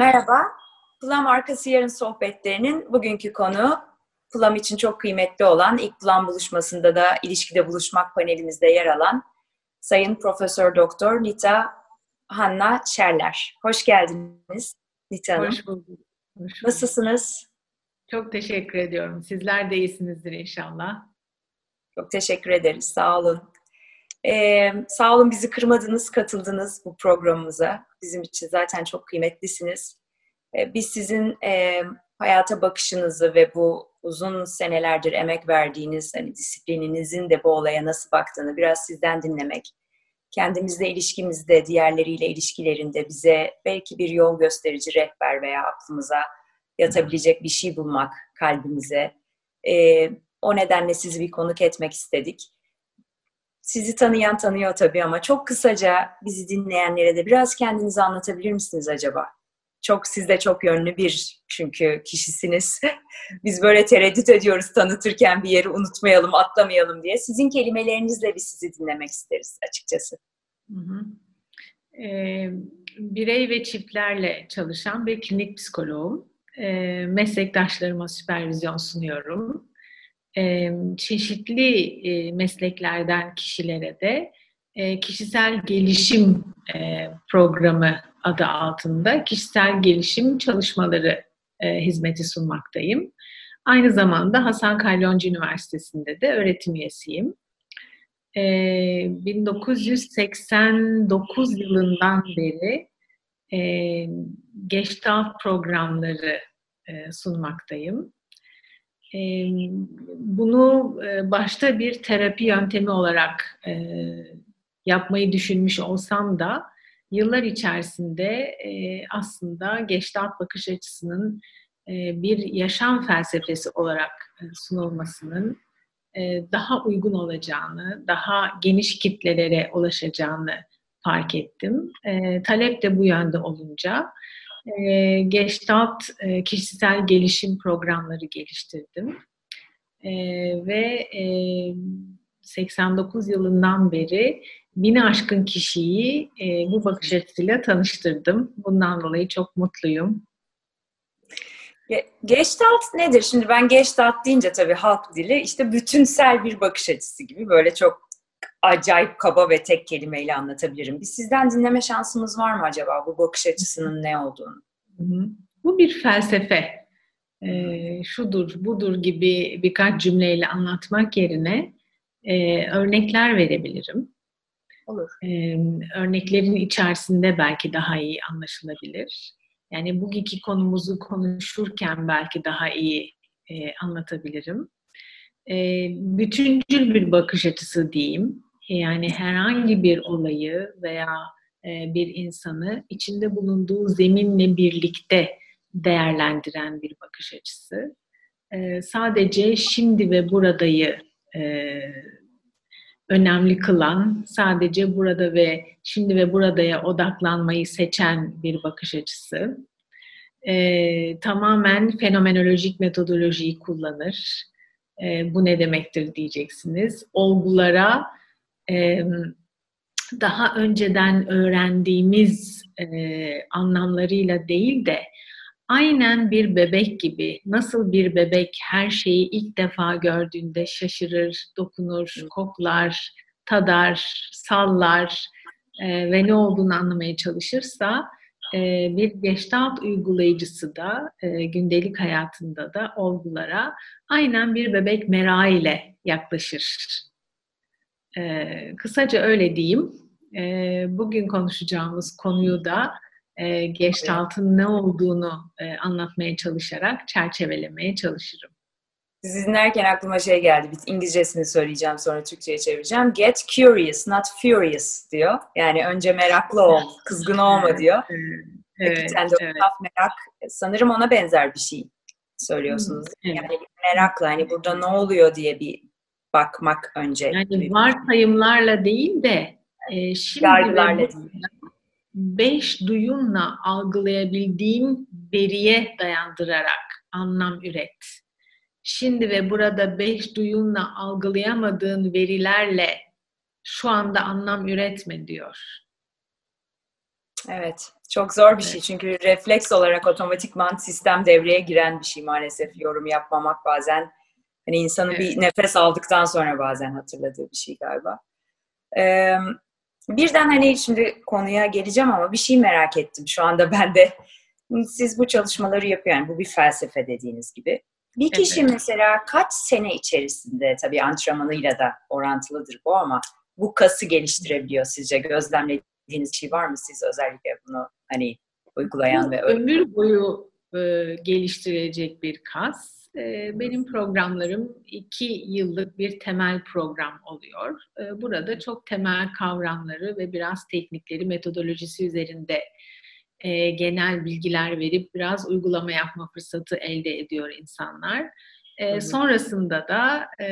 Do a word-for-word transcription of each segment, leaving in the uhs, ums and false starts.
Merhaba, Plum Arkası Yarın sohbetlerinin bugünkü konu Plum için çok kıymetli olan ilk Plum buluşmasında da ilişkide buluşmak panelimizde yer alan Sayın Profesör Doktor Nita Hanna Şerler. Hoş geldiniz Nita Hanım. Hoş bulduk. Hoş bulduk. Nasılsınız? Çok teşekkür ediyorum. Sizler de iyisinizdir inşallah. Çok teşekkür ederiz. Sağ olun. Ee, sağ olun bizi kırmadınız, katıldınız bu programımıza. Bizim için zaten çok kıymetlisiniz. Ee, biz sizin e, hayata bakışınızı ve bu uzun senelerdir emek verdiğiniz hani disiplininizin de bu olaya nasıl baktığını biraz sizden dinlemek, kendimizle ilişkimizde, diğerleriyle ilişkilerinde bize belki bir yol gösterici rehber veya aklımıza yatabilecek bir şey bulmak kalbimize. Ee, o nedenle sizi bir konuk etmek istedik. Sizi tanıyan tanıyor tabii ama çok kısaca bizi dinleyenlere de biraz kendinizi anlatabilir misiniz acaba? Çok siz de çok yönlü bir çünkü kişisiniz. Biz böyle tereddüt ediyoruz tanıtırken bir yeri unutmayalım, atlamayalım diye. Sizin kelimelerinizle biz sizi dinlemek isteriz açıkçası. Hı hı. Ee, birey ve çiftlerle çalışan bir klinik psikoloğum. Ee, meslektaşlarıma süpervizyon sunuyorum. Ee, çeşitli e, mesleklerden kişilere de e, kişisel gelişim e, programı adı altında kişisel gelişim çalışmaları e, hizmeti sunmaktayım. Aynı zamanda Hasan Kalyoncu Üniversitesi'nde de öğretim üyesiyim. Ee, bin dokuz yüz seksen dokuz yılından beri e, Gestalt programları e, sunmaktayım. E, bunu e, başta bir terapi yöntemi olarak e, yapmayı düşünmüş olsam da yıllar içerisinde e, aslında Gestalt bakış açısının e, bir yaşam felsefesi olarak e, sunulmasının daha uygun olacağını, daha geniş kitlelere ulaşacağını fark ettim. E, talep de bu yönde olunca e, Gestalt e, kişisel gelişim programları geliştirdim. E, ve e, seksen dokuz yılından beri bini aşkın kişiyi e, bu bakış açısıyla tanıştırdım. Bundan dolayı çok mutluyum. Gestalt nedir? Şimdi ben Gestalt deyince tabii halk dili işte bütünsel bir bakış açısı gibi böyle çok acayip kaba ve tek kelimeyle anlatabilirim. Biz sizden dinleme şansımız var mı acaba bu bakış açısının ne olduğunu? Hı hı. Bu bir felsefe. Ee, şudur, budur gibi birkaç cümleyle anlatmak yerine e, örnekler verebilirim. Olur. Ee, örneklerin içerisinde belki daha iyi anlaşılabilir. Yani bugünkü konumuzu konuşurken belki daha iyi e, anlatabilirim. E, bütüncül bir bakış açısı diyeyim. Yani herhangi bir olayı veya e, bir insanı içinde bulunduğu zeminle birlikte değerlendiren bir bakış açısı. E, sadece şimdi ve buradayı e, önemli kılan, sadece burada ve şimdi ve buradaya odaklanmayı seçen bir bakış açısı. E, tamamen fenomenolojik metodolojiyi kullanır. E, bu ne demektir diyeceksiniz. Olgulara e, daha önceden öğrendiğimiz e, anlamlarıyla değil de aynen bir bebek gibi, nasıl bir bebek her şeyi ilk defa gördüğünde şaşırır, dokunur, koklar, tadar, sallar e, ve ne olduğunu anlamaya çalışırsa e, bir Gestalt uygulayıcısı da e, gündelik hayatında da olgulara aynen bir bebek merakıyla yaklaşır. E, kısaca öyle diyeyim. E, bugün konuşacağımız konuyu da e, Gestalt'ın ne olduğunu e, anlatmaya çalışarak çerçevelemeye çalışırım. Sizi dinlerken aklıma şey geldi. Bir İngilizcesini söyleyeceğim sonra Türkçe'ye çevireceğim. Get curious, not furious diyor. Yani önce meraklı ol, kızgın olma diyor. Evet, Hakikaten evet, de evet. o merak sanırım ona benzer bir şey söylüyorsunuz. Evet. Yani merakla hani burada ne oluyor diye bir bakmak önce. Yani varsayımlarla değil de e, şimdi ve Yargılarla bu değil. beş duyumla algılayabildiğim veriye dayandırarak anlam üret. Şimdi ve burada beş duyumla algılayamadığın verilerle şu anda anlam üretme diyor. Evet, çok zor bir Evet. şey çünkü refleks olarak otomatikman sistem devreye giren bir şey maalesef yorum yapmamak bazen hani insanı Evet. bir nefes aldıktan sonra bazen hatırladığı bir şey galiba. Ee, birden hani şimdi konuya geleceğim ama bir şey merak ettim şu anda ben de. Siz bu çalışmaları yapıyor yani bu bir felsefe dediğiniz gibi. Bir kişi Evet. mesela kaç sene içerisinde tabii antrenmanıyla da orantılıdır bu ama bu kası geliştirebiliyor sizce? Gözlemlediğiniz bir şey var mı siz özellikle bunu hani uygulayan Bu ve öğrenen? ömür boyu e, geliştirecek bir kas. E, benim programlarım iki yıllık bir temel program oluyor. E, burada çok temel kavramları ve biraz teknikleri, metodolojisi üzerinde e, genel bilgiler verip biraz uygulama yapma fırsatı elde ediyor insanlar. E, sonrasında da e,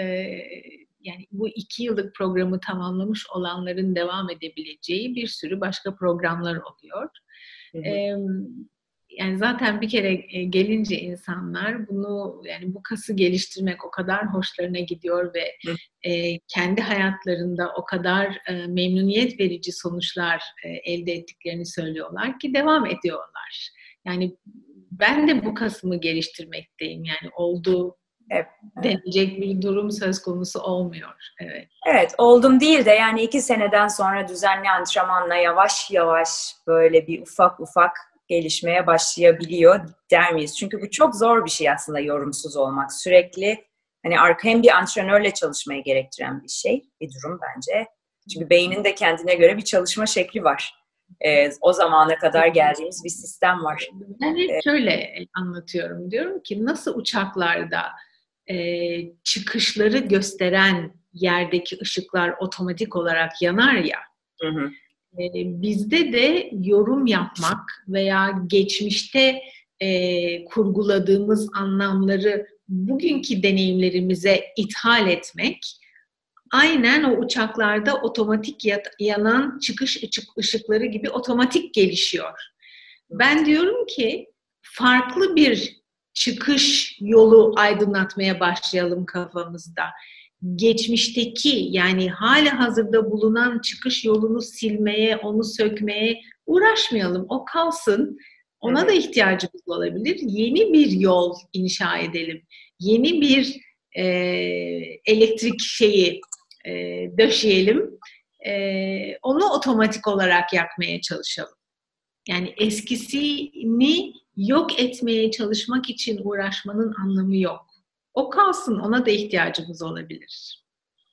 yani bu iki yıllık programı tamamlamış olanların devam edebileceği bir sürü başka programlar oluyor. Hı hı. E, Yani zaten bir kere gelince insanlar bunu yani bu kası geliştirmek o kadar hoşlarına gidiyor ve Hı. e, kendi hayatlarında o kadar e, memnuniyet verici sonuçlar e, elde ettiklerini söylüyorlar ki devam ediyorlar. Yani ben de bu kasımı geliştirmekteyim. Yani olduğu Evet. denecek bir durum söz konusu olmuyor. Evet. Evet, oldum değil de yani iki seneden sonra düzenli antrenmanla yavaş yavaş böyle bir ufak ufak gelişmeye başlayabiliyor der miyiz? Çünkü bu çok zor bir şey aslında yorumsuz olmak. Sürekli hani arka hem bir antrenörle çalışmayı gerektiren bir şey, bir durum bence. Çünkü beynin de kendine göre bir çalışma şekli var. Ee, o zamana kadar geldiğimiz bir sistem var. Ben hep Ee, şöyle anlatıyorum. Diyorum ki nasıl uçaklarda e, çıkışları gösteren yerdeki ışıklar otomatik olarak yanar ya, hı hı. e, bizde de yorum yapmak veya geçmişte e, kurguladığımız anlamları bugünkü deneyimlerimize ithal etmek, aynen o uçaklarda otomatik yanan çıkış ışıkları gibi otomatik gelişiyor. Ben diyorum ki farklı bir çıkış yolu aydınlatmaya başlayalım kafamızda. Geçmişteki yani hali hazırda bulunan çıkış yolunu silmeye, onu sökmeye uğraşmayalım. O kalsın. Ona da ihtiyacımız olabilir. Yeni bir yol inşa edelim. Yeni bir e, elektrik şeyi e, döşeyelim. E, onu otomatik olarak yakmaya çalışalım. Yani eskisini yok etmeye çalışmak için uğraşmanın anlamı yok. O kalsın, ona da ihtiyacımız olabilir.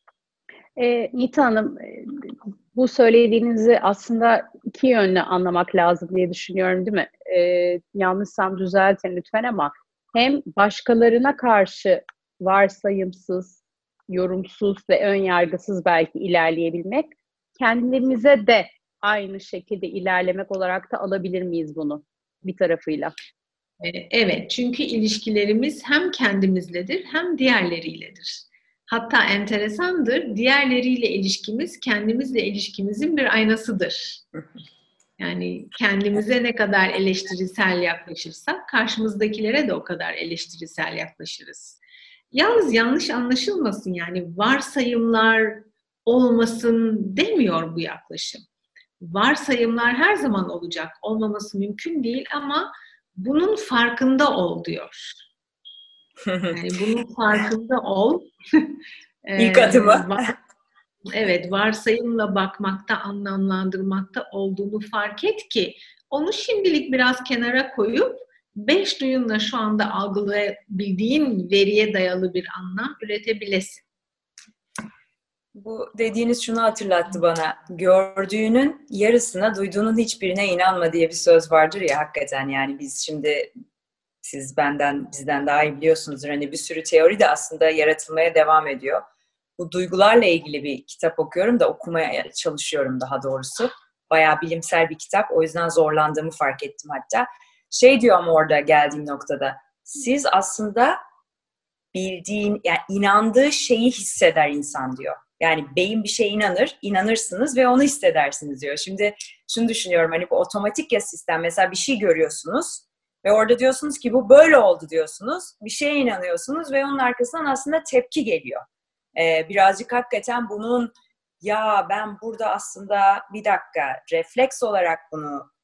E, Nita Hanım, e, bu söylediğinizi aslında iki yönlü anlamak lazım diye düşünüyorum, değil mi? E, yanlışsam düzeltin lütfen ama hem başkalarına karşı varsayımsız, yorumsuz ve ön yargısız belki ilerleyebilmek, kendimize de aynı şekilde ilerlemek olarak da alabilir miyiz bunu bir tarafıyla? Evet, çünkü ilişkilerimiz hem kendimizledir hem diğerleriyledir. Hatta enteresandır, diğerleriyle ilişkimiz kendimizle ilişkimizin bir aynasıdır. Yani kendimize ne kadar eleştirisel yaklaşırsak karşımızdakilere de o kadar eleştirisel yaklaşırız. Yalnız yanlış anlaşılmasın, yani varsayımlar olmasın demiyor bu yaklaşım. Varsayımlar her zaman olacak, olmaması mümkün değil ama bunun farkında ol diyor. Yani bunun farkında ol. İlk adımı. Evet, varsayımla bakmakta, anlamlandırmakta olduğunu fark et ki onu şimdilik biraz kenara koyup beş duyunla şu anda algılayabildiğin veriye dayalı bir anlam üretebilesin. Bu dediğiniz şunu hatırlattı bana. Gördüğünün yarısına, duyduğunun hiçbirine inanma diye bir söz vardır ya hakikaten. Yani biz şimdi, siz benden, bizden daha iyi biliyorsunuzdur. Hani bir sürü teori de aslında yaratılmaya devam ediyor. Bu duygularla ilgili bir kitap okuyorum da okumaya çalışıyorum daha doğrusu. Bayağı bilimsel bir kitap. O yüzden zorlandığımı fark ettim hatta. Şey diyor ama orada geldiğim noktada. Siz aslında bildiğin, yani inandığı şeyi hisseder insan diyor. Yani beyin bir şeye inanır, inanırsınız ve onu hissedersiniz diyor. Şimdi şunu düşünüyorum, hani bu otomatik ya sistem, mesela bir şey görüyorsunuz ve orada diyorsunuz ki bu böyle oldu diyorsunuz. Bir şeye inanıyorsunuz ve onun arkasından aslında tepki geliyor. Ee, birazcık hakikaten bunun, ya ben burada aslında bir dakika refleks olarak bunu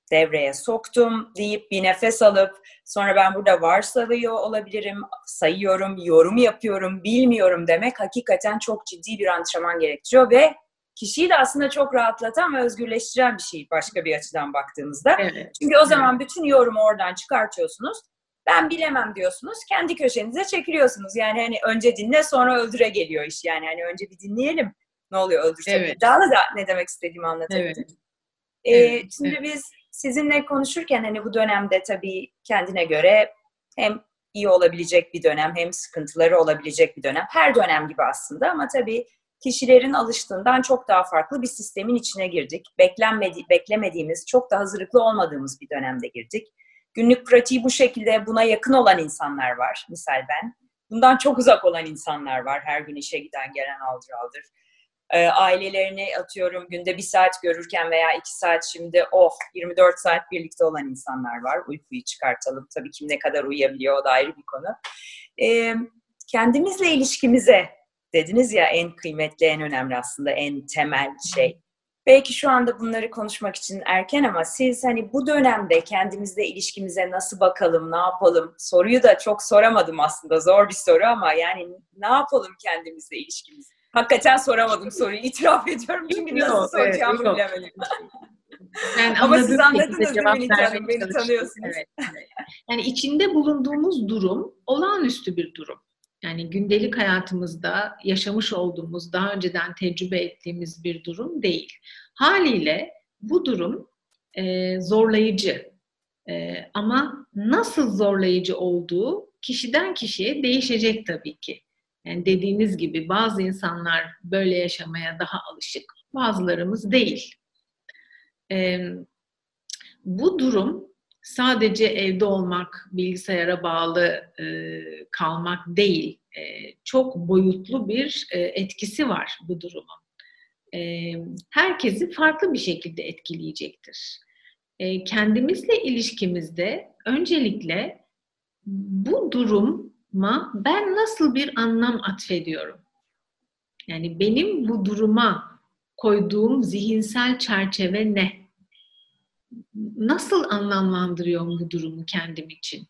devreye soktum deyip bir nefes alıp sonra ben burada varsayıyor olabilirim, sayıyorum, yorum yapıyorum, bilmiyorum demek hakikaten çok ciddi bir antrenman gerektiriyor ve kişiyi de aslında çok rahatlatan ve özgürleştiren bir şey başka bir açıdan baktığımızda. Evet. Çünkü o zaman evet. bütün yorumu oradan çıkartıyorsunuz. Ben bilemem diyorsunuz. Kendi köşenize çekiliyorsunuz. Yani hani önce dinle sonra öldüre geliyor iş. Yani hani önce bir dinleyelim. Ne oluyor öldürsek? Evet. Daha da ne demek istediğimi anlatabildim. Evet. Ee, evet. Şimdi evet. biz sizinle konuşurken hani bu dönemde tabii kendine göre hem iyi olabilecek bir dönem hem sıkıntıları olabilecek bir dönem. Her dönem gibi aslında ama tabii kişilerin alıştığından çok daha farklı bir sistemin içine girdik. Beklenmedi, beklemediğimiz, çok da hazırlıklı olmadığımız bir dönemde girdik. Günlük pratiği bu şekilde buna yakın olan insanlar var. Misal ben. Bundan çok uzak olan insanlar var. Her gün işe giden gelen aldır aldır. E, ailelerini atıyorum günde bir saat görürken veya iki saat şimdi oh yirmi dört saat birlikte olan insanlar var. Uykuyu çıkartalım. Tabii kim ne kadar uyuyabiliyor o da ayrı bir konu. E, kendimizle ilişkimize dediniz ya en kıymetli, en önemli aslında en temel şey. Belki şu anda bunları konuşmak için erken ama siz hani bu dönemde kendimizle ilişkimize nasıl bakalım, ne yapalım? Soruyu da çok soramadım aslında. Zor bir soru ama yani ne yapalım kendimizle ilişkimizi? Hakikaten soramadım soruyu. İtiraf ediyorum çünkü nasıl yok, soracağımı evet, bilemedim. Ben ama siz anladınız değil mi Nita Hanım? Beni tanıyorsunuz. Evet, evet. Yani içinde bulunduğumuz durum olağanüstü bir durum. Yani gündelik hayatımızda yaşamış olduğumuz, daha önceden tecrübe ettiğimiz bir durum değil. Haliyle bu durum e, zorlayıcı. E, ama nasıl zorlayıcı olduğu kişiden kişiye değişecek tabii ki. Yani dediğiniz gibi bazı insanlar böyle yaşamaya daha alışık, bazılarımız değil. E, bu durum sadece evde olmak, bilgisayara bağlı e, kalmak değil, e, çok boyutlu bir e, etkisi var bu durumun. E, herkesi farklı bir şekilde etkileyecektir. E, kendimizle ilişkimizde öncelikle bu duruma ben nasıl bir anlam atfediyorum? Yani benim bu duruma koyduğum zihinsel çerçeve ne? Nasıl anlamlandırıyorum bu durumu kendim için?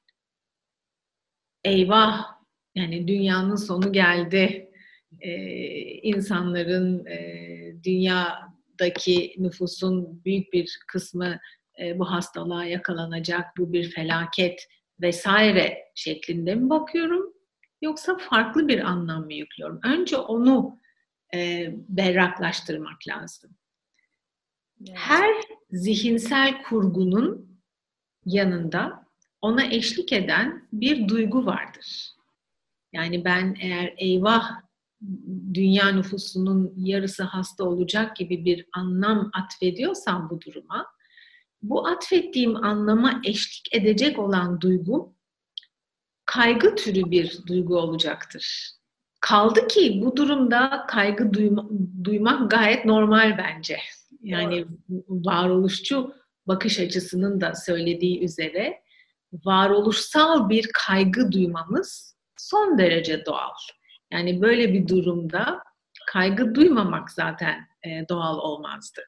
Eyvah, yani dünyanın sonu geldi. Ee, insanların, e, dünyadaki nüfusun büyük bir kısmı e, bu hastalığa yakalanacak, bu bir felaket vesaire şeklinde mi bakıyorum? Yoksa farklı bir anlam mı yüklüyorum? Önce onu e, berraklaştırmak lazım. Her zihinsel kurgunun yanında ona eşlik eden bir duygu vardır. Yani ben eğer eyvah dünya nüfusunun yarısı hasta olacak gibi bir anlam atfediyorsam bu duruma, bu atfettiğim anlama eşlik edecek olan duygu kaygı türü bir duygu olacaktır. Kaldı ki bu durumda kaygı duyma, duymak gayet normal bence. Yani varoluşçu bakış açısının da söylediği üzere varoluşsal bir kaygı duymamız son derece doğal. Yani böyle bir durumda kaygı duymamak zaten e, doğal olmazdı.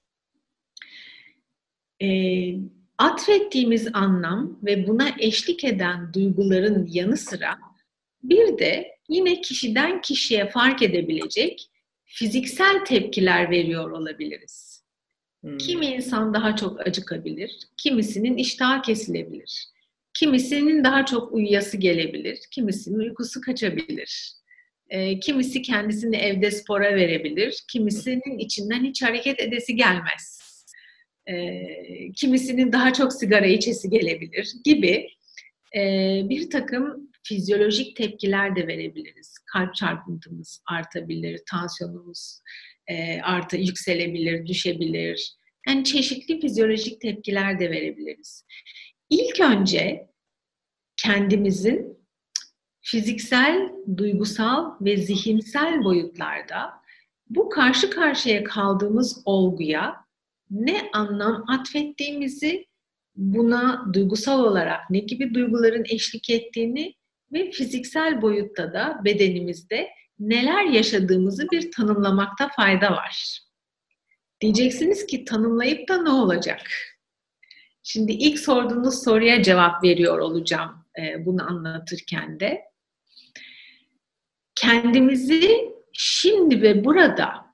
E, atfettiğimiz anlam ve buna eşlik eden duyguların yanı sıra bir de yine kişiden kişiye fark edebilecek fiziksel tepkiler veriyor olabiliriz. Hmm. Kimi insan daha çok acıkabilir, kimisinin iştahı kesilebilir. Kimisinin daha çok uyuyası gelebilir, kimisinin uykusu kaçabilir. E, kimisi kendisini evde spora verebilir, kimisinin içinden hiç hareket edesi gelmez. E, kimisinin daha çok sigara içesi gelebilir gibi e, bir takım fizyolojik tepkiler de verebiliriz. Kalp çarpıntımız artabilir, tansiyonumuz e, artı yükselebilir, düşebilir. Yani çeşitli fizyolojik tepkiler de verebiliriz. İlk önce kendimizin fiziksel, duygusal ve zihinsel boyutlarda bu karşı karşıya kaldığımız olguya ne anlam atfettiğimizi, buna duygusal olarak ne gibi duyguların eşlik ettiğini ve fiziksel boyutta da bedenimizde neler yaşadığımızı bir tanımlamakta fayda var. Diyeceksiniz ki tanımlayıp da ne olacak? Şimdi ilk sorduğunuz soruya cevap veriyor olacağım e, bunu anlatırken de. Kendimizi şimdi ve burada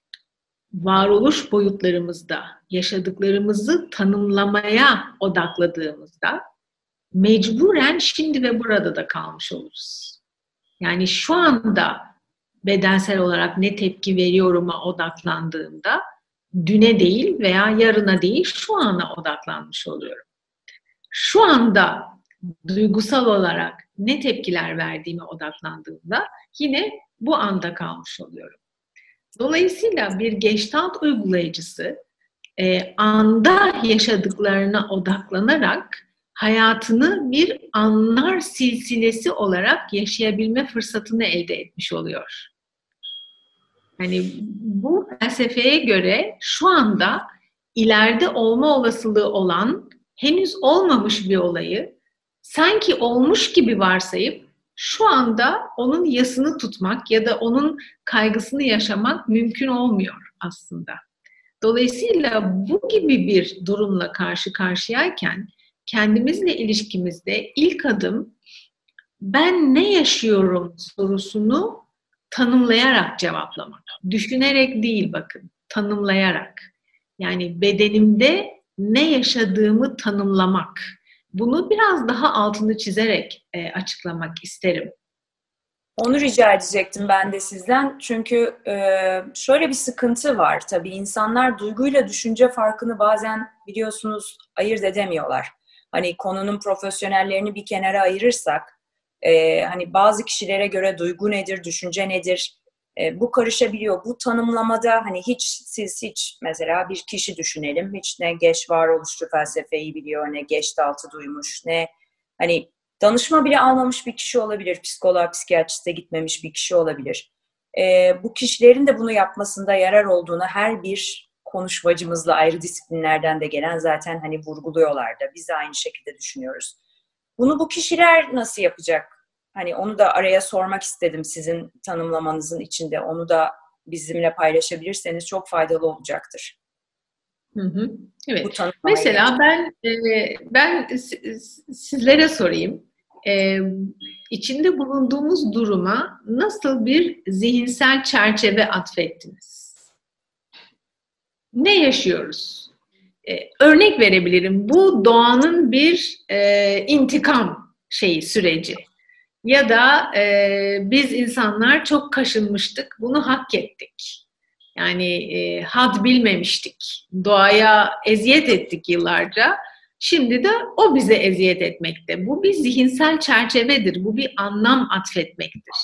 varoluş boyutlarımızda yaşadıklarımızı tanımlamaya odakladığımızda mecburen şimdi ve burada da kalmış oluruz. Yani şu anda bedensel olarak ne tepki veriyorum'a odaklandığımda düne değil veya yarına değil şu ana odaklanmış oluyorum. Şu anda duygusal olarak ne tepkiler verdiğime odaklandığımda yine bu anda kalmış oluyorum. Dolayısıyla bir Gestalt uygulayıcısı e, anda yaşadıklarına odaklanarak hayatını bir anlar silsilesi olarak yaşayabilme fırsatını elde etmiş oluyor. Yani bu felsefeye göre şu anda ileride olma olasılığı olan henüz olmamış bir olayı sanki olmuş gibi varsayıp şu anda onun yasını tutmak ya da onun kaygısını yaşamak mümkün olmuyor aslında. Dolayısıyla bu gibi bir durumla karşı karşıyayken kendimizle ilişkimizde ilk adım ben ne yaşıyorum sorusunu tanımlayarak cevaplamak. Düşünerek değil bakın, tanımlayarak. Yani bedenimde ne yaşadığımı tanımlamak. Bunu biraz daha altını çizerek e, açıklamak isterim. Onu rica edecektim ben de sizden. Çünkü e, şöyle bir sıkıntı var. Tabii insanlar duyguyla düşünce farkını bazen biliyorsunuz ayırt edemiyorlar. Hani konunun profesyonellerini bir kenara ayırırsak, e, hani bazı kişilere göre duygu nedir, düşünce nedir, e, bu karışabiliyor. Bu tanımlamada hani hiç siz hiç mesela bir kişi düşünelim. Hiç ne geç varoluşçu felsefeyi biliyor, ne Gestalt'ı duymuş, ne hani danışma bile almamış bir kişi olabilir. Psikoloğa, psikiyatriste gitmemiş bir kişi olabilir. Ee, bu kişilerin de bunu yapmasında yarar olduğunu her bir konuşmacımızla ayrı disiplinlerden de gelen zaten hani vurguluyorlar da. Biz de aynı şekilde düşünüyoruz. Bunu bu kişiler nasıl yapacak? Hani onu da araya sormak istedim sizin tanımlamanızın içinde. Onu da bizimle paylaşabilirseniz çok faydalı olacaktır. Hı hı. Evet. Mesela ben e, ben sizlere sorayım. E, içinde bulunduğumuz duruma nasıl bir zihinsel çerçeve atfettiniz? Ne yaşıyoruz? E, örnek verebilirim. Bu doğanın bir e, intikam şeyi süreci. Ya da e, biz insanlar çok kaşınmıştık, bunu hak ettik. Yani e, had bilmemiştik. Doğaya eziyet ettik yıllarca. Şimdi de o bize eziyet etmekte. Bu bir zihinsel çerçevedir. Bu bir anlam atfetmektir.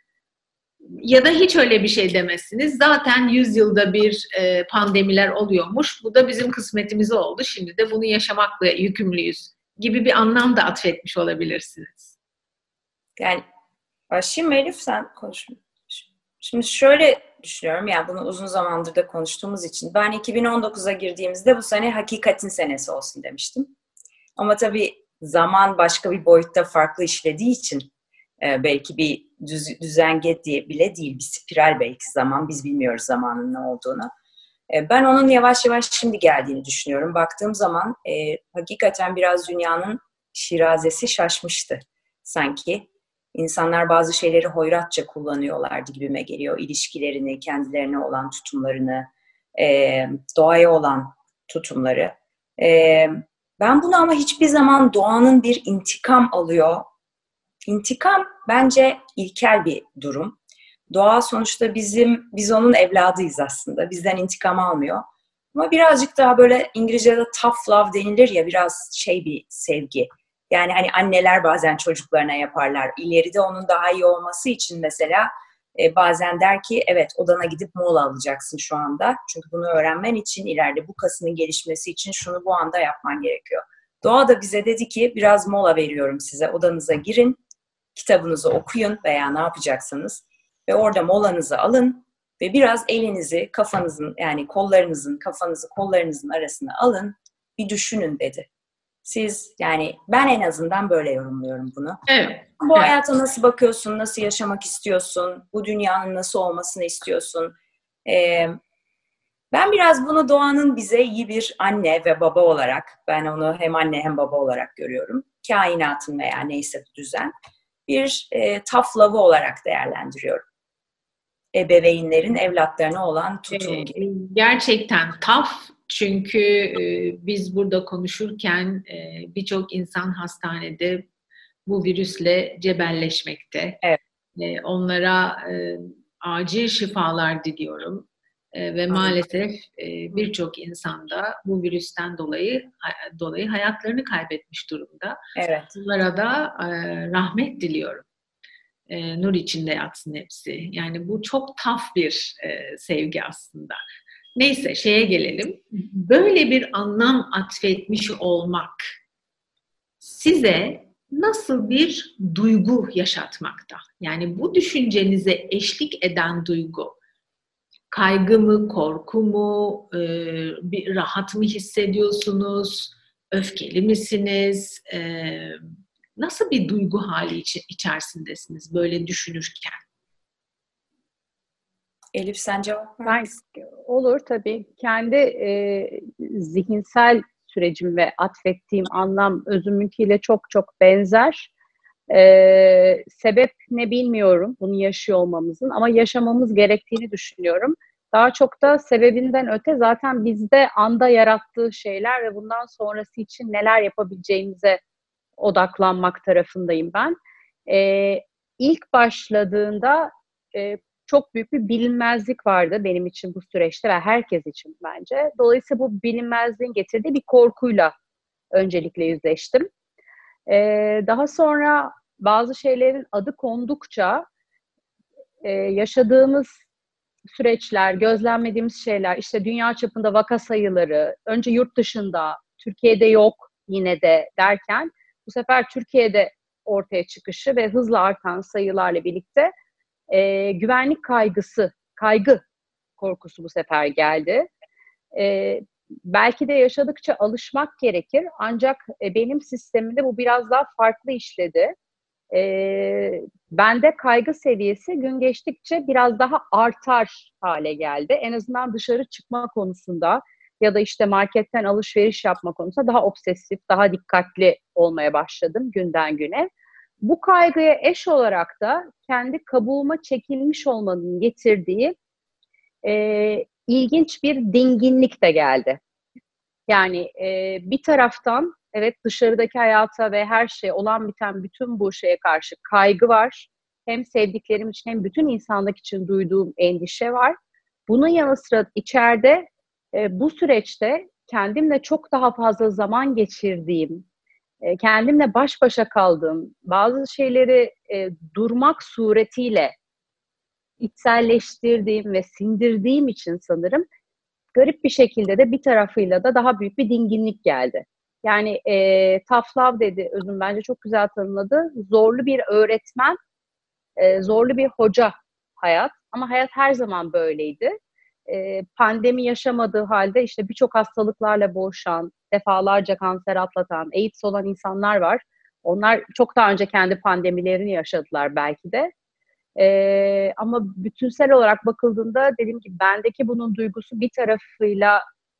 Ya da hiç öyle bir şey demezsiniz. Zaten yüzyılda bir e, pandemiler oluyormuş. Bu da bizim kısmetimiz oldu. Şimdi de bunu yaşamakla yükümlüyüz gibi bir anlam da atfetmiş olabilirsiniz. Yani başlayayım mı Elif, sen konuş. Şimdi şöyle düşünüyorum, yani bunu uzun zamandır da konuştuğumuz için. Ben iki bin on dokuza girdiğimizde bu sene hakikatin senesi olsun demiştim. Ama tabii zaman başka bir boyutta farklı işlediği için e, belki bir düz, düzenge diye bile değil, bir spiral belki zaman. Biz bilmiyoruz zamanın ne olduğunu. E, ben onun yavaş yavaş şimdi geldiğini düşünüyorum. Baktığım zaman e, hakikaten biraz dünyanın şirazesi şaşmıştı sanki. İnsanlar bazı şeyleri hoyratça kullanıyorlardı gibime geliyor. İlişkilerini, kendilerine olan tutumlarını, e, doğaya olan tutumları. E, ben bunu ama hiçbir zaman doğanın bir intikam alıyor. İntikam bence ilkel bir durum. Doğa sonuçta bizim, biz onun evladıyız aslında. Bizden intikam almıyor. Ama birazcık daha böyle İngilizce'de tough love denilir ya, biraz şey bir sevgi. Yani hani anneler bazen çocuklarına yaparlar. İleride onun daha iyi olması için mesela e, bazen der ki evet odana gidip mola alacaksın şu anda. Çünkü bunu öğrenmen için, ileride bu kasının gelişmesi için şunu bu anda yapman gerekiyor. Doğa da bize dedi ki biraz mola veriyorum size. Odanıza girin, kitabınızı okuyun veya ne yapacaksınız. Ve orada molanızı alın ve biraz elinizi kafanızın, yani kollarınızın, kafanızı kollarınızın arasına alın, bir düşünün dedi. Siz, yani ben en azından böyle yorumluyorum bunu. Evet. Bu evet. hayata nasıl bakıyorsun, nasıl yaşamak istiyorsun, bu dünyanın nasıl olmasını istiyorsun? Ee, Ben biraz bunu doğanın bize iyi bir anne ve baba olarak, ben onu hem anne hem baba olarak görüyorum. Kainatın veya neyse düzen bir e, tough love'ı olarak değerlendiriyorum. Ebeveynlerin evlatlarına olan tutum gibi. Gerçekten tough, çünkü e, biz burada konuşurken e, birçok insan hastanede bu virüsle cebelleşmekte. Evet. E, onlara e, acil şifalar diliyorum. E, ve maalesef e, birçok insan da bu virüsten dolayı dolayı hayatlarını kaybetmiş durumda. Evet. Bunlara da e, rahmet diliyorum. E, nur içinde yatsın hepsi. Yani bu çok tough bir e, sevgi aslında. Neyse, şeye gelelim. Böyle bir anlam atfetmiş olmak size nasıl bir duygu yaşatmakta? Yani bu düşüncenize eşlik eden duygu, kaygı mı, korku mu, e, bir rahat mı hissediyorsunuz, öfkeli misiniz, e, nasıl bir duygu hali iç- içerisindesiniz böyle düşünürken? Elif, sen cevap ver. Ben, olur tabii. Kendi e, zihinsel sürecim ve atfettiğim anlam özümünkiyle çok çok benzer. E, sebep ne bilmiyorum bunu yaşıyor olmamızın, ama yaşamamız gerektiğini düşünüyorum. Daha çok da sebebinden öte zaten bizde anda yarattığı şeyler ve bundan sonrası için neler yapabileceğimize odaklanmak tarafındayım ben. E, ilk başladığında e, çok büyük bir bilinmezlik vardı benim için bu süreçte ve herkes için bence. Dolayısıyla bu bilinmezliğin getirdiği bir korkuyla öncelikle yüzleştim. Ee, daha sonra bazı şeylerin adı kondukça e, yaşadığımız süreçler, gözlemlediğimiz şeyler, işte dünya çapında vaka sayıları, önce yurt dışında, Türkiye'de yok yine de derken, bu sefer Türkiye'de ortaya çıkışı ve hızla artan sayılarla birlikte e, güvenlik kaygısı, kaygı korkusu bu sefer geldi. E, belki de yaşadıkça alışmak gerekir. Ancak e, benim sistemimde bu biraz daha farklı işledi. E, bende kaygı seviyesi gün geçtikçe biraz daha artar hale geldi. En azından dışarı çıkma konusunda ya da işte marketten alışveriş yapma konusunda daha obsesif, daha dikkatli olmaya başladım günden güne. Bu kaygıya eş olarak da kendi kabuğuma çekilmiş olmanın getirdiği e, ilginç bir dinginlik de geldi. Yani e, bir taraftan evet dışarıdaki hayata ve her şey olan biten bütün bu şeye karşı kaygı var. Hem sevdiklerim için hem bütün insanlık için duyduğum endişe var. Bunun yanı sıra içeride e, bu süreçte kendimle çok daha fazla zaman geçirdiğim, e, kendimle baş başa kaldığım, bazı şeyleri e, durmak suretiyle içselleştirdiğim ve sindirdiğim için sanırım garip bir şekilde de bir tarafıyla da daha büyük bir dinginlik geldi. Yani e, tough love dedi Özüm, bence çok güzel tanımladı. Zorlu bir öğretmen, e, zorlu bir hoca hayat. Ama hayat her zaman böyleydi. E, pandemi yaşamadığı halde işte birçok hastalıklarla boğuşan, defalarca kanser atlatan, AIDS olan insanlar var. Onlar çok daha önce kendi pandemilerini yaşadılar belki de. Ee, ama bütünsel olarak bakıldığında dediğim gibi bendeki bunun duygusu bir tarafıyla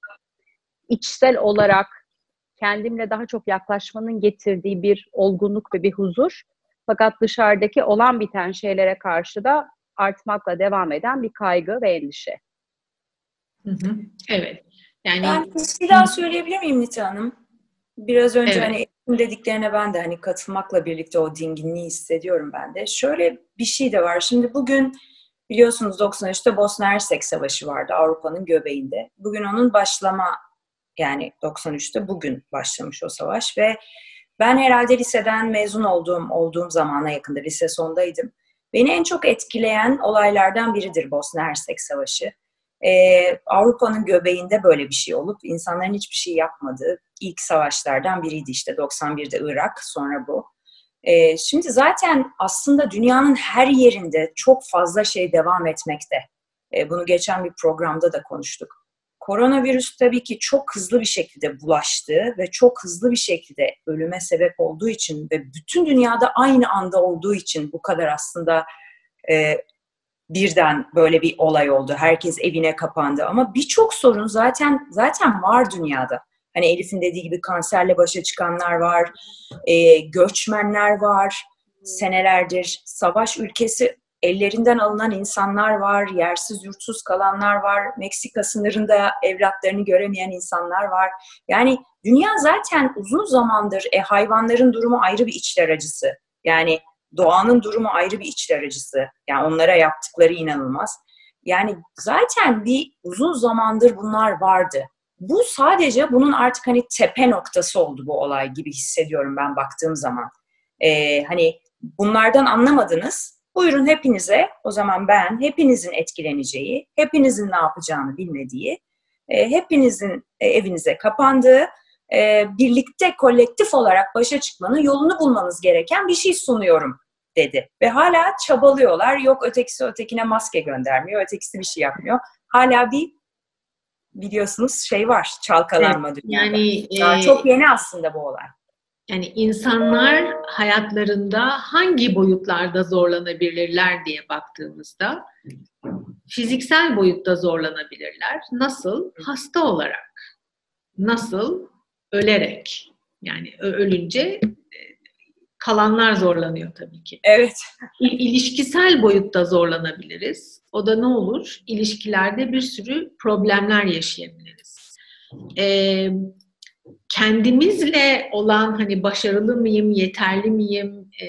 içsel olarak kendimle daha çok yaklaşmanın getirdiği bir olgunluk ve bir huzur. Fakat dışarıdaki olan biten şeylere karşı da artmakla devam eden bir kaygı ve endişe. Hı hı. Evet. Yani Ben bir şey daha söyleyebilir miyim Nita Hanım? Biraz önce evet. hani Ekim dediklerine ben de hani katılmakla birlikte o dinginliği hissediyorum ben de. Şöyle bir şey de var. Şimdi bugün biliyorsunuz doksan üçte Bosna Hersek Savaşı vardı Avrupa'nın göbeğinde. Bugün onun başlama, yani doksan üçte bugün başlamış o savaş ve ben herhalde liseden mezun olduğum olduğum zamana yakında, lise sondaydım. Beni en çok etkileyen olaylardan biridir Bosna Hersek Savaşı. Ee, Avrupa'nın göbeğinde böyle bir şey olup insanların hiçbir şey yapmadığı ilk savaşlardan biriydi işte doksan birde Irak, sonra bu. Ee, şimdi zaten aslında dünyanın her yerinde çok fazla şey devam etmekte. Ee, bunu geçen bir programda da konuştuk. Koronavirüs tabii ki çok hızlı bir şekilde bulaştı ve çok hızlı bir şekilde ölüme sebep olduğu için ve bütün dünyada aynı anda olduğu için bu kadar aslında e, birden böyle bir olay oldu. Herkes evine kapandı. Ama birçok sorun zaten zaten var dünyada. Hani Elif'in dediği gibi kanserle başa çıkanlar var, e, göçmenler var, senelerdir savaş ülkesi ellerinden alınan insanlar var, yersiz yurtsuz kalanlar var, Meksika sınırında evlatlarını göremeyen insanlar var. Yani dünya zaten uzun zamandır e, hayvanların durumu ayrı bir içler acısı. Yani doğanın durumu ayrı bir içler acısı. Yani onlara yaptıkları inanılmaz. Yani zaten bir uzun zamandır bunlar vardı. Bu sadece bunun artık hani tepe noktası oldu bu olay gibi hissediyorum ben baktığım zaman. Ee, hani bunlardan anlamadınız. Buyurun hepinize, o zaman ben hepinizin etkileneceği, hepinizin ne yapacağını bilmediği, e, hepinizin e, evinize kapandığı, e, birlikte kolektif olarak başa çıkmanın yolunu bulmanız gereken bir şey sunuyorum dedi. Ve hala çabalıyorlar. Yok ötekisi ötekine maske göndermiyor, ötekisi bir şey yapmıyor. Hala bir biliyorsunuz şey var, çalkalanma Evet, dünyada. yani Daha e, çok yeni aslında bu olay. Yani insanlar hayatlarında hangi boyutlarda zorlanabilirler diye baktığımızda fiziksel boyutta zorlanabilirler. Nasıl? Hasta olarak. Nasıl? Ölerek. Yani ölünce kalanlar zorlanıyor tabii ki. Evet. İlişkisel boyutta zorlanabiliriz. O da ne olur? İlişkilerde bir sürü problemler yaşayabiliriz. Ee, kendimizle olan hani başarılı mıyım, yeterli miyim, e,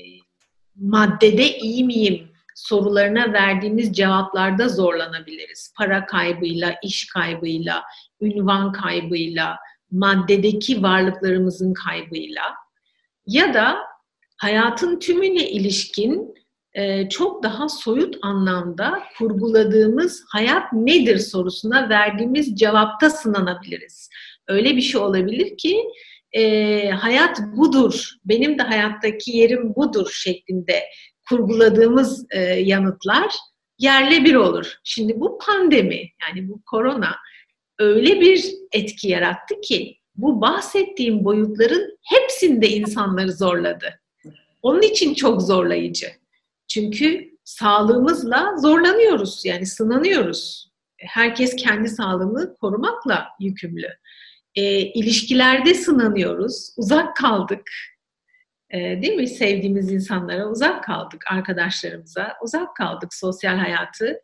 maddede iyi miyim sorularına verdiğimiz cevaplarda zorlanabiliriz. Para kaybıyla, iş kaybıyla, ünvan kaybıyla, maddedeki varlıklarımızın kaybıyla ya da hayatın tümüne ilişkin e, çok daha soyut anlamda kurguladığımız hayat nedir sorusuna verdiğimiz cevapta sınanabiliriz. Öyle bir şey olabilir ki e, hayat budur, benim de hayattaki yerim budur şeklinde kurguladığımız e, yanıtlar yerle bir olur. Şimdi bu pandemi, yani bu korona öyle bir etki yarattı ki bu bahsettiğim boyutların hepsinde insanları zorladı. Onun için çok zorlayıcı. Çünkü sağlığımızla zorlanıyoruz, yani sınanıyoruz. Herkes kendi sağlığını korumakla yükümlü. E, ilişkilerde sınanıyoruz, uzak kaldık. E, değil mi? Sevdiğimiz insanlara uzak kaldık, arkadaşlarımıza uzak kaldık, sosyal hayatı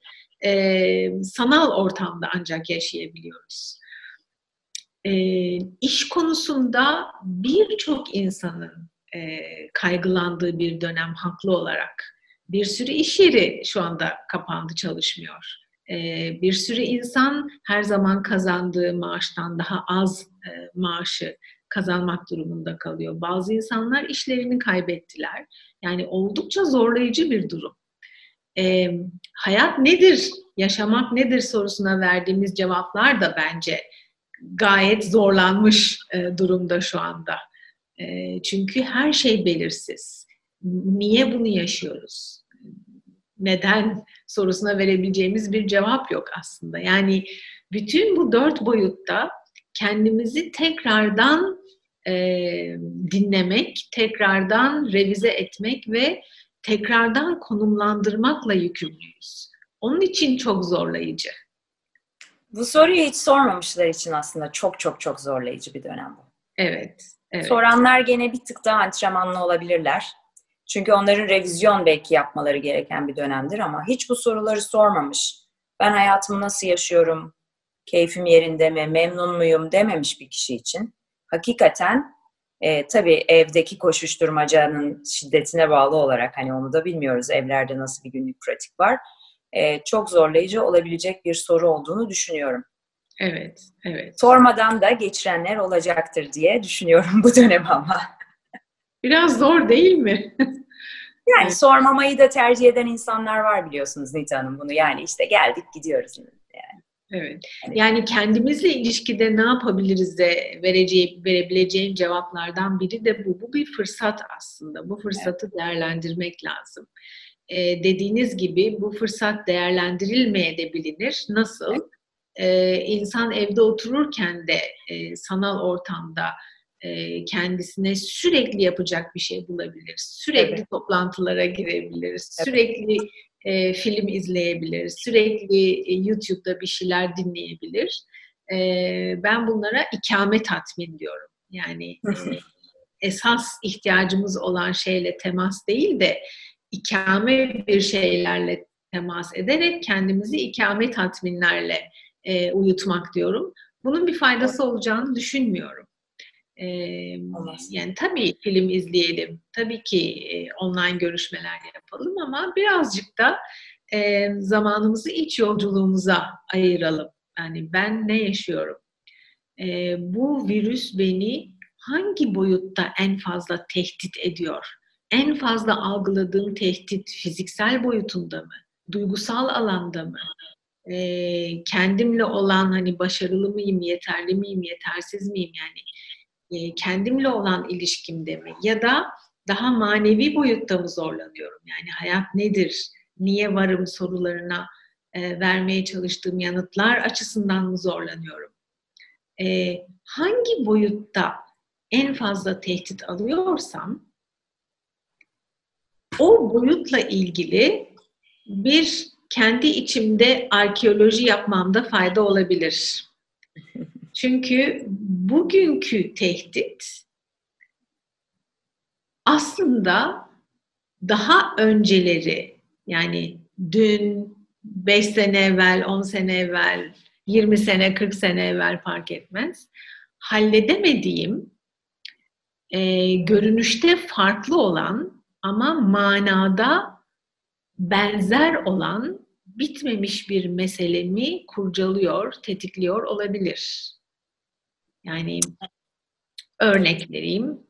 e, sanal ortamda ancak yaşayabiliyoruz. E, iş konusunda birçok insanın e, kaygılandığı bir dönem haklı olarak. Bir sürü iş yeri şu anda kapandı, çalışmıyor. E, bir sürü insan her zaman kazandığı maaştan daha az e, maaşı kazanmak durumunda kalıyor. Bazı insanlar işlerini kaybettiler. Yani oldukça zorlayıcı bir durum. E, hayat nedir, yaşamak nedir sorusuna verdiğimiz cevaplar da bence gayet zorlanmış e, durumda şu anda. E, çünkü her şey belirsiz. Niye bunu yaşıyoruz? Neden sorusuna verebileceğimiz bir cevap yok aslında. Yani bütün bu dört boyutta kendimizi tekrardan e, dinlemek, tekrardan revize etmek ve tekrardan konumlandırmakla yükümlüyüz. Onun için çok zorlayıcı. Bu soruyu hiç sormamışlar için aslında çok çok çok zorlayıcı bir dönem bu. Evet. Evet. Soranlar gene bir tık daha antrenmanlı olabilirler. Çünkü onların revizyon belki yapmaları gereken bir dönemdir ama hiç bu soruları sormamış. Ben hayatımı nasıl yaşıyorum, keyfim yerinde mi, memnun muyum dememiş bir kişi için. Hakikaten e, tabii evdeki koşuşturmacanın şiddetine bağlı olarak hani onu da bilmiyoruz evlerde nasıl bir günlük pratik var. E, çok zorlayıcı olabilecek bir soru olduğunu düşünüyorum. Evet, evet. Sormadan da geçirenler olacaktır diye düşünüyorum bu dönem ama. Biraz zor değil mi? Yani evet. Sormamayı da tercih eden insanlar var biliyorsunuz Nita Hanım bunu. Yani işte geldik gidiyoruz. Yani. Evet. Yani kendimizle ilişkide ne yapabiliriz de vereceğim, verebileceğim cevaplardan biri de bu. Bu bir fırsat aslında. Bu fırsatı evet. değerlendirmek lazım. Ee, dediğiniz gibi bu fırsat değerlendirilmeye de bilinir. Nasıl? Evet. Ee, insan evde otururken de e, sanal ortamda e, kendisine sürekli yapacak bir şey bulabilir. Sürekli evet. toplantılara girebilir. Evet. Sürekli e, film izleyebilir, sürekli e, YouTube'da bir şeyler dinleyebilir. E, ben bunlara ikame tatmin diyorum. Yani e, esas ihtiyacımız olan şeyle temas değil de ikame bir şeylerle temas ederek kendimizi ikame tatminlerle e, uyutmak diyorum. Bunun bir faydası olacağını düşünmüyorum. Ee, yani tabii film izleyelim, tabii ki e, online görüşmeler yapalım ama birazcık da e, zamanımızı iç yolculuğumuza ayıralım. Yani ben ne yaşıyorum? E, bu virüs beni hangi boyutta en fazla tehdit ediyor? En fazla algıladığım tehdit fiziksel boyutunda mı? Duygusal alanda mı? E, kendimle olan hani başarılı mıyım, yeterli miyim, yetersiz miyim yani? E, kendimle olan ilişkimde mi? Ya da daha manevi boyutta mı zorlanıyorum? Yani hayat nedir? Niye varım sorularına e, vermeye çalıştığım yanıtlar açısından mı zorlanıyorum? E, hangi boyutta en fazla tehdit alıyorsam o boyutla ilgili bir kendi içimde arkeoloji yapmamda fayda olabilir. Çünkü bugünkü tehdit aslında daha önceleri yani dün, beş sene evvel, on sene evvel, yirmi sene, kırk sene evvel fark etmez. Halledemediğim, e, görünüşte farklı olan ama manada benzer olan bitmemiş bir meselemi kurcalıyor, tetikliyor olabilir. Yani örnek vereyim.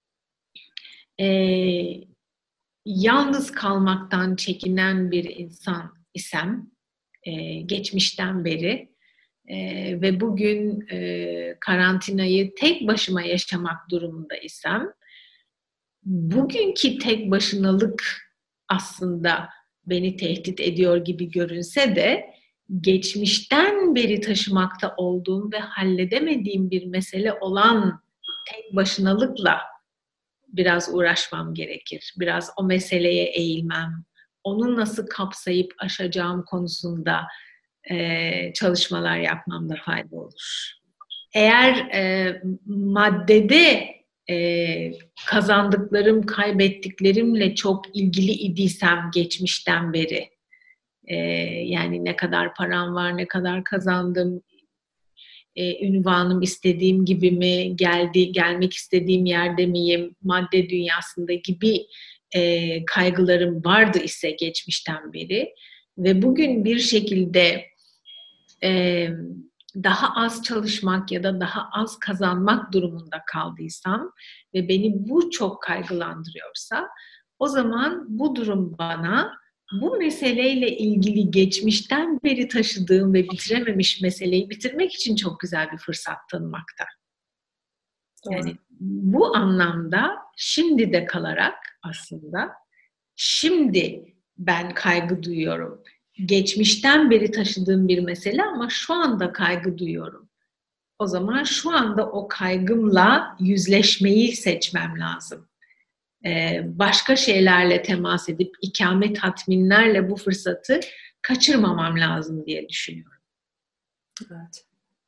Ee, yalnız kalmaktan çekinen bir insan isem, e, geçmişten beri e, ve bugün e, karantinayı tek başıma yaşamak durumunda isem, bugünkü tek başınalık aslında beni tehdit ediyor gibi görünse de, geçmişten beri taşımakta olduğum ve halledemediğim bir mesele olan tek başınalıkla biraz uğraşmam gerekir. Biraz o meseleye eğilmem, onu nasıl kapsayıp aşacağım konusunda e, çalışmalar yapmamda fayda olur. Eğer e, maddede e, kazandıklarım, kaybettiklerimle çok ilgili idiysem geçmişten beri, e, yani ne kadar param var, ne kadar kazandım, e, ünvanım istediğim gibi mi geldi, gelmek istediğim yerde miyim, madde dünyasında gibi e, kaygılarım vardı ise geçmişten beri ve bugün bir şekilde e, daha az çalışmak ya da daha az kazanmak durumunda kaldıysam ve beni bu çok kaygılandırıyorsa, o zaman bu durum bana bu meseleyle ilgili geçmişten beri taşıdığım ve bitirememiş meseleyi bitirmek için çok güzel bir fırsat tanımakta. Yani bu anlamda şimdi de kalarak aslında şimdi ben kaygı duyuyorum. Geçmişten beri taşıdığım bir mesele ama şu anda kaygı duyuyorum. O zaman şu anda o kaygımla yüzleşmeyi seçmem lazım. Ee, başka şeylerle temas edip ikame tatminlerle bu fırsatı kaçırmamam lazım diye düşünüyorum. Evet.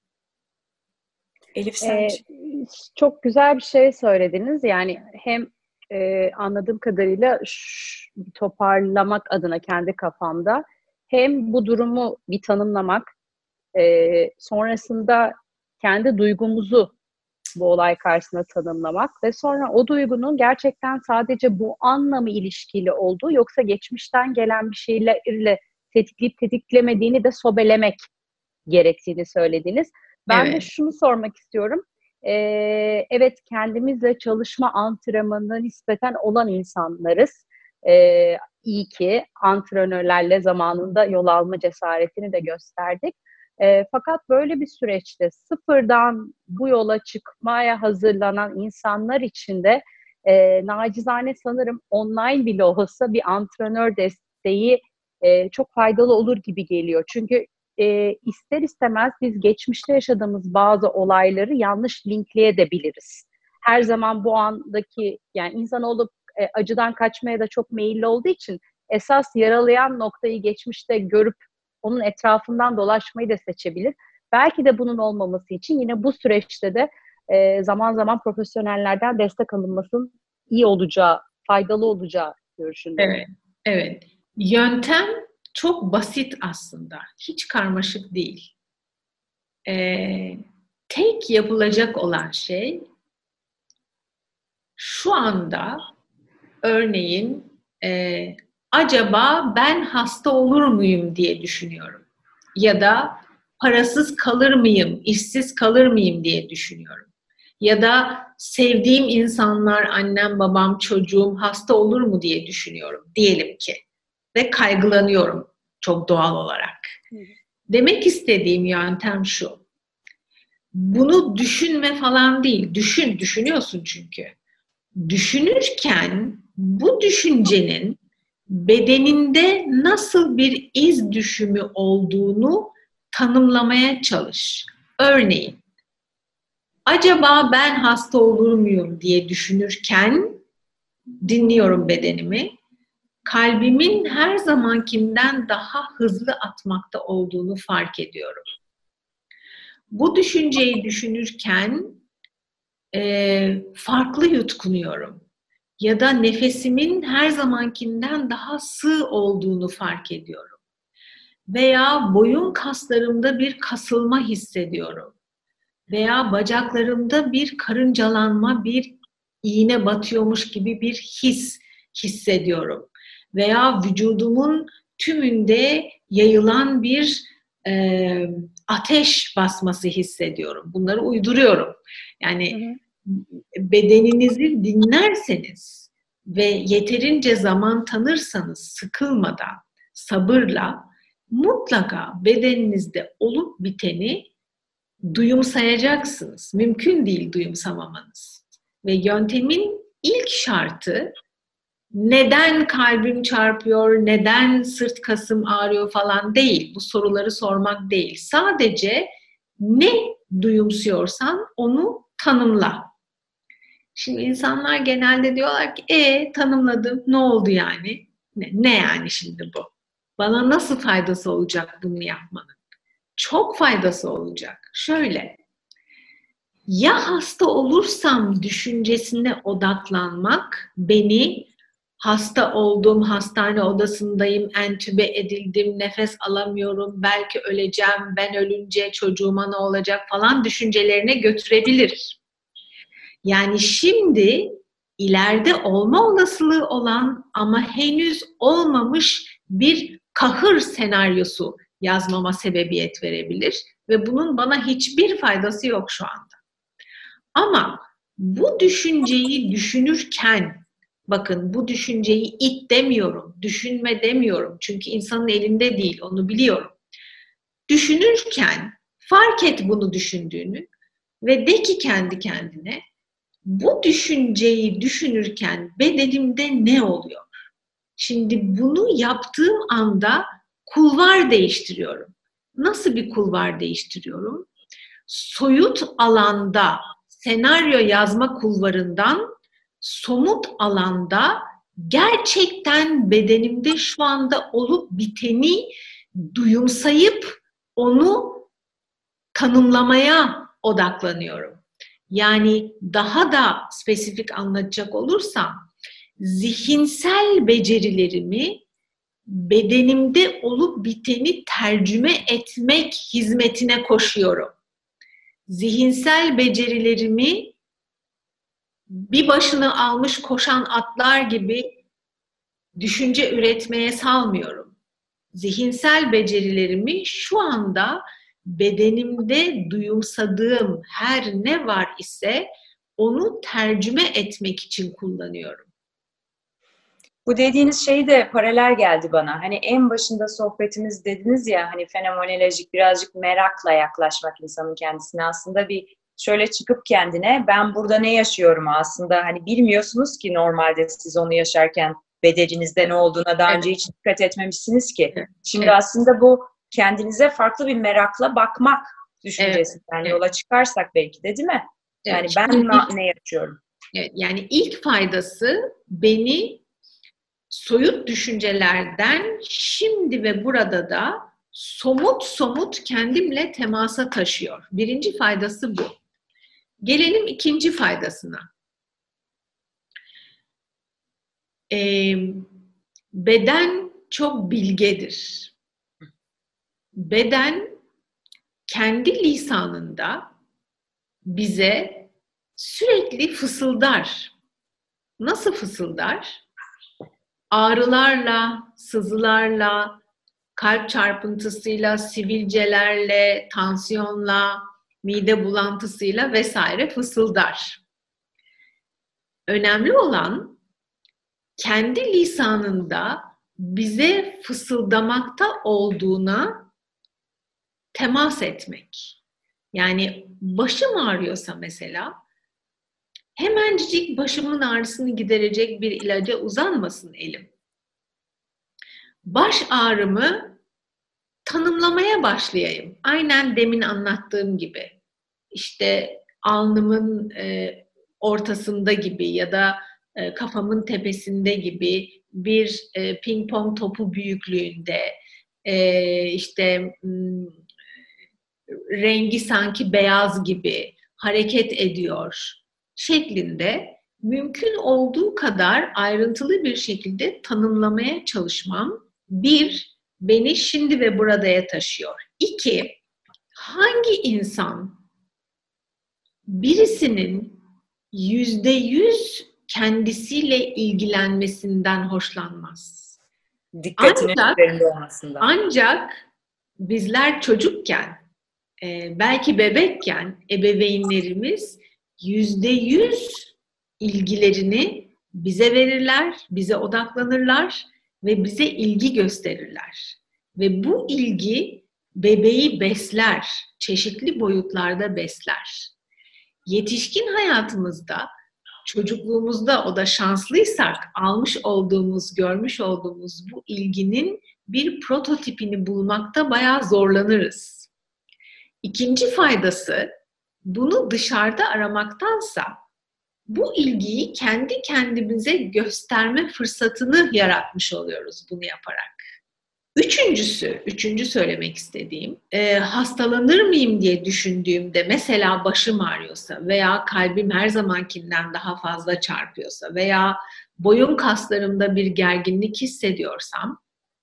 Elif sen ee, çok güzel bir şey söylediniz. Yani hem e, anladığım kadarıyla şş, toparlamak adına kendi kafamda hem bu durumu bir tanımlamak, e, sonrasında kendi duygumuzu bu olay karşısında tanımlamak ve sonra o duygunun gerçekten sadece bu anla mı ilişkili olduğu yoksa geçmişten gelen bir şeylerle tetikleyip tetiklemediğini de sobelemek gerektiğini söylediniz. Ben evet. de şunu sormak istiyorum. Ee, evet, kendimizle çalışma antrenmanı nispeten olan insanlarız. Ee, iyi ki antrenörlerle zamanında yol alma cesaretini de gösterdik. E, fakat böyle bir süreçte sıfırdan bu yola çıkmaya hazırlanan insanlar için de e, nacizane sanırım online bile olsa bir antrenör desteği e, çok faydalı olur gibi geliyor. Çünkü e, ister istemez biz geçmişte yaşadığımız bazı olayları yanlış linkleyebiliriz. Her zaman bu andaki, yani insanoğlu e, acıdan kaçmaya da çok meyilli olduğu için esas yaralayan noktayı geçmişte görüp onun etrafından dolaşmayı da seçebilir. Belki de bunun olmaması için yine bu süreçte de e, zaman zaman profesyonellerden destek alınmasının iyi olacağı, faydalı olacağı görüşünde. Evet, evet. Yöntem çok basit aslında. Hiç karmaşık değil. Ee, tek yapılacak olan şey şu anda örneğin e, acaba ben hasta olur muyum diye düşünüyorum. Ya da parasız kalır mıyım, işsiz kalır mıyım diye düşünüyorum. Ya da sevdiğim insanlar, annem, babam, çocuğum hasta olur mu diye düşünüyorum diyelim ki. Ve kaygılanıyorum çok doğal olarak. Demek istediğim yöntem şu. Bunu düşünme falan değil. Düşün, düşünüyorsun çünkü. Düşünürken bu düşüncenin bedeninde nasıl bir iz düşümü olduğunu tanımlamaya çalış. Örneğin, acaba ben hasta olur muyum diye düşünürken dinliyorum bedenimi. Kalbimin her zamankinden daha hızlı atmakta olduğunu fark ediyorum. Bu düşünceyi düşünürken e, farklı yutkunuyorum. Ya da nefesimin her zamankinden daha sığ olduğunu fark ediyorum. Veya boyun kaslarımda bir kasılma hissediyorum. Veya bacaklarımda bir karıncalanma, bir iğne batıyormuş gibi bir his hissediyorum. Veya vücudumun tümünde yayılan bir e, ateş basması hissediyorum. Bunları uyduruyorum. Yani hı hı. Bedeninizi dinlerseniz ve yeterince zaman tanırsanız sıkılmadan, sabırla mutlaka bedeninizde olup biteni duyumsayacaksınız. Mümkün değil duyumsamamanız. Ve yöntemin ilk şartı neden kalbim çarpıyor, neden sırt kasım ağrıyor falan değil. Bu soruları sormak değil. Sadece ne duyumsuyorsan onu tanımla. Şimdi insanlar genelde diyorlar ki e tanımladım, ne oldu yani? Ne, ne yani şimdi bu? Bana nasıl faydası olacak bunu yapmanın? Çok faydası olacak. Şöyle, ya hasta olursam düşüncesine odaklanmak beni hasta oldum, hastane odasındayım, entübe edildim, nefes alamıyorum, belki öleceğim, ben ölünce çocuğuma ne olacak falan düşüncelerine götürebilir. Yani şimdi ileride olma olasılığı olan ama henüz olmamış bir kahır senaryosu yazmama sebebiyet verebilir ve bunun bana hiçbir faydası yok şu anda. Ama bu düşünceyi düşünürken, bakın bu düşünceyi it demiyorum, düşünme demiyorum çünkü insanın elinde değil, onu biliyorum. Düşünürken fark et bunu düşündüğünü ve de ki kendi kendine, bu düşünceyi düşünürken bedenimde ne oluyor? Şimdi bunu yaptığım anda kulvar değiştiriyorum. Nasıl bir kulvar değiştiriyorum? Soyut alanda senaryo yazma kulvarından somut alanda gerçekten bedenimde şu anda olup biteni duyumsayıp onu tanımlamaya odaklanıyorum. Yani daha da spesifik anlatacak olursam, zihinsel becerilerimi bedenimde olup biteni tercüme etmek hizmetine koşuyorum. Zihinsel becerilerimi bir başını almış koşan atlar gibi düşünce üretmeye salmıyorum. Zihinsel becerilerimi şu anda bedenimde duyumsadığım her ne var ise onu tercüme etmek için kullanıyorum. Bu dediğiniz şey de paralel geldi bana. Hani en başında sohbetimiz dediniz ya, hani fenomenolojik birazcık merakla yaklaşmak insanın kendisine, aslında bir şöyle çıkıp kendine ben burada ne yaşıyorum aslında, hani bilmiyorsunuz ki normalde siz onu yaşarken bedeninizde ne olduğuna daha evet. önce hiç dikkat etmemişsiniz ki. Evet. Şimdi evet. aslında bu kendinize farklı bir merakla bakmak düşüncesi. Evet. Yani evet. yola çıkarsak belki de, değil mi? Yani evet. ben ilk, ne yaşıyorum? Evet. Yani ilk faydası beni soyut düşüncelerden şimdi ve burada da somut somut kendimle temasa taşıyor. Birinci faydası bu. Gelelim ikinci faydasına. Ee, beden çok bilgedir. Beden kendi lisanında bize sürekli fısıldar. Nasıl fısıldar? Ağrılarla, sızılarla, kalp çarpıntısıyla, sivilcelerle, tansiyonla, mide bulantısıyla vesaire fısıldar. Önemli olan kendi lisanında bize fısıldamakta olduğuna temas etmek. Yani başım ağrıyorsa mesela hemencik başımın ağrısını giderecek bir ilaca uzanmasın elim. Baş ağrımı tanımlamaya başlayayım. Aynen demin anlattığım gibi. İşte alnımın e, ortasında gibi ya da e, kafamın tepesinde gibi bir e, ping pong topu büyüklüğünde e, işte m, rengi sanki beyaz gibi hareket ediyor şeklinde mümkün olduğu kadar ayrıntılı bir şekilde tanımlamaya çalışmam bir, beni şimdi ve buradaya taşıyor. İki, hangi insan birisinin yüzde yüz kendisiyle ilgilenmesinden hoşlanmaz? Dikkatinin Ancak, üzerinde olmasından. ancak bizler çocukken, e, belki bebekken ebeveynlerimiz yüzde yüz ilgilerini bize verirler, bize odaklanırlar ve bize ilgi gösterirler. Ve bu ilgi bebeği besler, çeşitli boyutlarda besler. Yetişkin hayatımızda, çocukluğumuzda o da şanslıysak almış olduğumuz, görmüş olduğumuz bu ilginin bir prototipini bulmakta bayağı zorlanırız. İkinci faydası, bunu dışarıda aramaktansa bu ilgiyi kendi kendimize gösterme fırsatını yaratmış oluyoruz bunu yaparak. Üçüncüsü, üçüncü söylemek istediğim, e, hastalanır mıyım diye düşündüğümde mesela başım ağrıyorsa veya kalbim her zamankinden daha fazla çarpıyorsa veya boyun kaslarımda bir gerginlik hissediyorsam,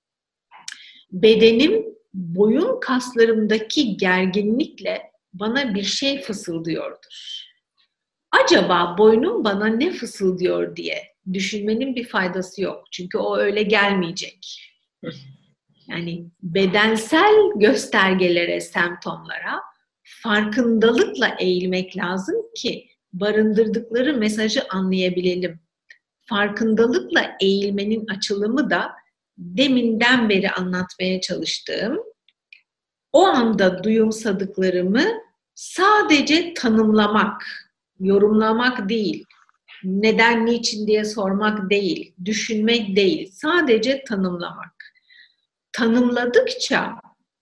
bedenim boyun kaslarımdaki gerginlikle bana bir şey fısıldıyordur. Acaba boynum bana ne fısıldıyor diye düşünmenin bir faydası yok. Çünkü o öyle gelmeyecek. Yani bedensel göstergelere, semptomlara farkındalıkla eğilmek lazım ki barındırdıkları mesajı anlayabilelim. Farkındalıkla eğilmenin açılımı da deminden beri anlatmaya çalıştığım, o anda duyumsadıklarımı sadece tanımlamak, yorumlamak değil, neden, niçin diye sormak değil, düşünmek değil, sadece tanımlamak. Tanımladıkça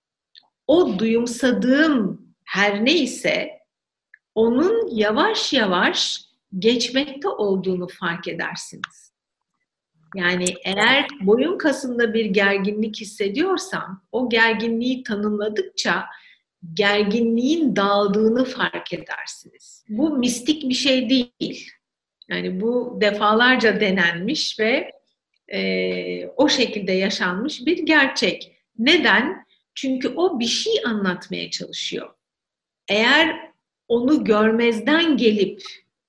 o duyumsadığım her neyse onun yavaş yavaş geçmekte olduğunu fark edersiniz. Yani eğer boyun kasında bir gerginlik hissediyorsam o gerginliği tanımladıkça gerginliğin dağıldığını fark edersiniz. Bu mistik bir şey değil. Yani bu defalarca denenmiş ve e, o şekilde yaşanmış bir gerçek. Neden? Çünkü o bir şey anlatmaya çalışıyor. Eğer onu görmezden gelip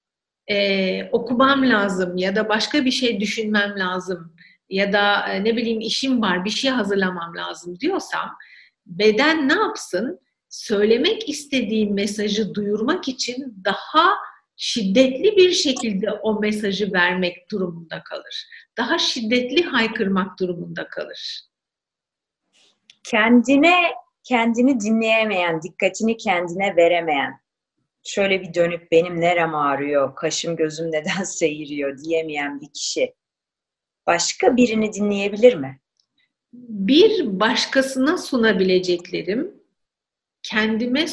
e, okumam lazım ya da başka bir şey düşünmem lazım ya da e, ne bileyim işim var, bir şey hazırlamam lazım diyorsam beden ne yapsın? Söylemek istediği mesajı duyurmak için daha şiddetli bir şekilde o mesajı vermek durumunda kalır. Daha şiddetli haykırmak durumunda kalır. Kendine, kendini dinleyemeyen, dikkatini kendine veremeyen, şöyle bir dönüp benim nerem ağrıyor, kaşım gözüm neden seyiriyor diyemeyen bir kişi başka birini dinleyebilir mi? Bir başkasına sunabileceklerim, kendime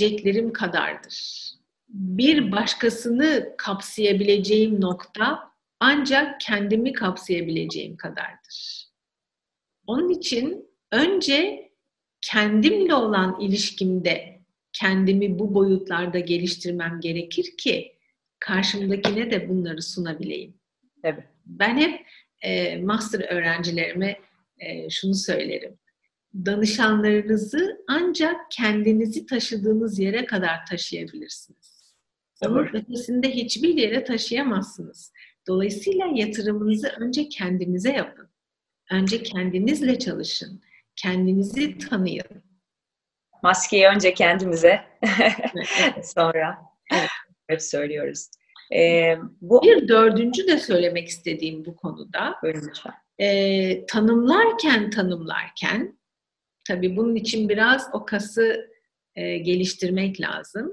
sunabileceklerim kadardır. Bir başkasını kapsayabileceğim nokta ancak kendimi kapsayabileceğim kadardır. Onun için önce kendimle olan ilişkimde kendimi bu boyutlarda geliştirmem gerekir ki karşımdakine de bunları sunabileyim. Evet. Ben hep e, master öğrencilerime e, şunu söylerim. Danışanlarınızı ancak kendinizi taşıdığınız yere kadar taşıyabilirsiniz. Onun ötesinde hiçbir yere taşıyamazsınız. Dolayısıyla yatırımınızı önce kendinize yapın. Önce kendinizle çalışın. Kendinizi tanıyın. Maskeyi önce kendimize, sonra evet. hep söylüyoruz. Ee, bu Bir dördüncü de söylemek istediğim bu konuda. Buyurun lütfen. E, tanımlarken tanımlarken, tabii bunun için biraz o kası e, geliştirmek lazım.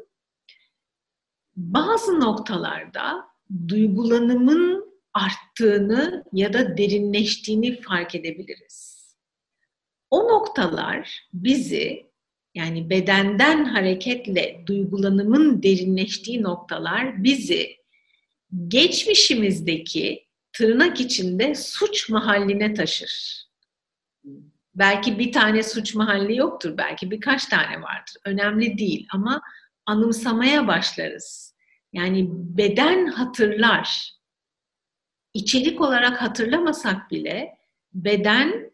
Bazı noktalarda duygulanımın arttığını ya da derinleştiğini fark edebiliriz. O noktalar bizi, yani bedenden hareketle duygulanımın derinleştiği noktalar bizi geçmişimizdeki tırnak içinde suç mahalline taşır. Belki bir tane suç mahalli yoktur, belki birkaç tane vardır. Önemli değil ama anımsamaya başlarız. Yani beden hatırlar. İçerik olarak hatırlamasak bile beden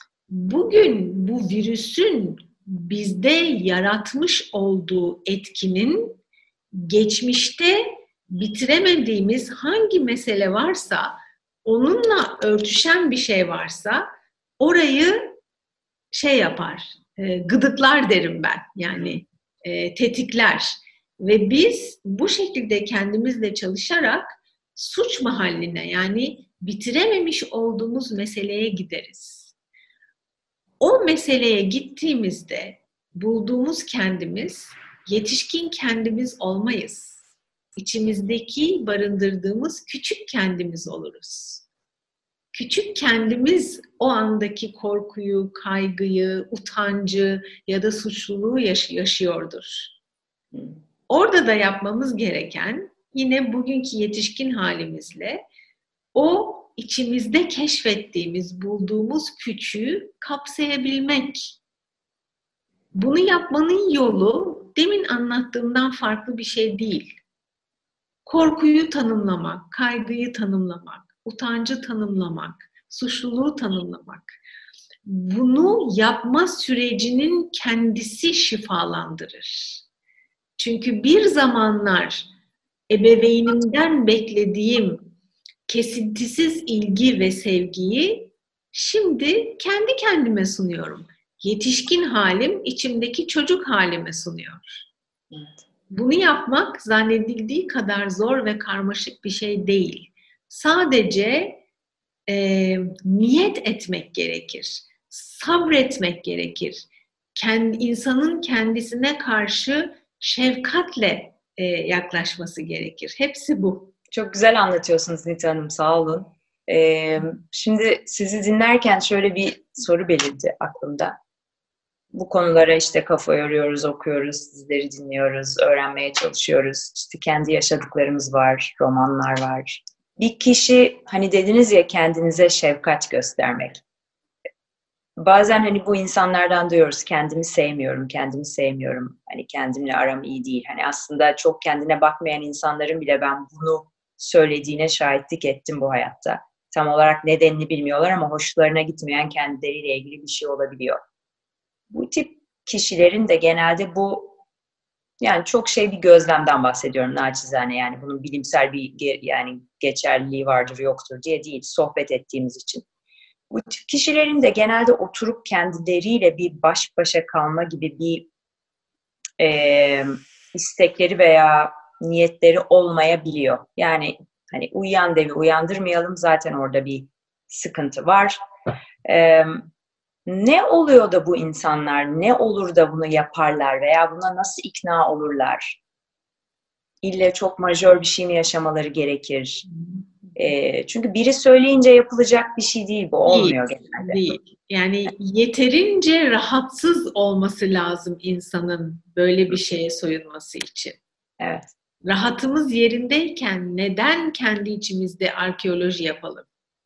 bugün bu virüsün bizde yaratmış olduğu etkinin geçmişte bitiremediğimiz hangi mesele varsa, onunla örtüşen bir şey varsa orayı şey yapar, e, gıdıklar derim ben. Yani e, tetikler. Ve biz bu şekilde kendimizle çalışarak suç mahalline, yani bitirememiş olduğumuz meseleye gideriz. O meseleye gittiğimizde bulduğumuz kendimiz, yetişkin kendimiz olmayız. İçimizdeki barındırdığımız küçük kendimiz oluruz. Küçük kendimiz o andaki korkuyu, kaygıyı, utancı ya da suçluluğu yaşıyordur. Orada da yapmamız gereken yine bugünkü yetişkin halimizle o içimizde keşfettiğimiz, bulduğumuz küçüğü kapsayabilmek. Bunu yapmanın yolu demin anlattığımdan farklı bir şey değil. Korkuyu tanımlamak, kaygıyı tanımlamak, utancı tanımlamak, suçluluğu tanımlamak. Bunu yapma sürecinin kendisi şifalandırır. Çünkü bir zamanlar ebeveynimden beklediğim kesintisiz ilgi ve sevgiyi şimdi kendi kendime sunuyorum. Yetişkin halim içimdeki çocuk halime sunuyor. Evet. Bunu yapmak zannedildiği kadar zor ve karmaşık bir şey değil. Sadece e, niyet etmek gerekir. Sabretmek gerekir. Kendi, insanın kendisine karşı şefkatle e, yaklaşması gerekir. Hepsi bu. Çok güzel anlatıyorsunuz Nita Hanım, sağ olun. Ee, şimdi sizi dinlerken şöyle bir soru belirdi aklımda. Bu konulara işte kafa yoruyoruz, okuyoruz, sizleri dinliyoruz, öğrenmeye çalışıyoruz. İşte kendi yaşadıklarımız var, romanlar var. Bir kişi, hani dediniz ya, kendinize şefkat göstermek. Bazen hani bu insanlardan duyuyoruz, kendimi sevmiyorum, kendimi sevmiyorum. Hani kendimle aram iyi değil. Hani aslında çok kendine bakmayan insanların bile ben bunu söylediğine şahitlik ettim bu hayatta. Tam olarak nedenini bilmiyorlar ama hoşlarına gitmeyen kendileriyle ilgili bir şey olabiliyor. Bu tip kişilerin de genelde bu, yani çok şey bir gözlemden bahsediyorum naçizane, yani bunun bilimsel bir yani geçerliliği vardır yoktur diye değil, sohbet ettiğimiz için. Bu tip kişilerin de genelde oturup kendileriyle bir baş başa kalma gibi bir e, istekleri veya niyetleri olmayabiliyor. Yani hani uyuyan devi uyandırmayalım, zaten orada bir sıkıntı var. E, ne oluyor da bu insanlar, ne olur da bunu yaparlar veya buna nasıl ikna olurlar? İlle çok majör bir şey mi yaşamaları gerekir? E, çünkü biri söyleyince yapılacak bir şey değil bu, olmuyor değil, genelde. Değil. Yani yeterince rahatsız olması lazım insanın böyle bir şeye soyunması için. Evet. rahatımız yerindeyken neden kendi içimizde arkeoloji yapalım?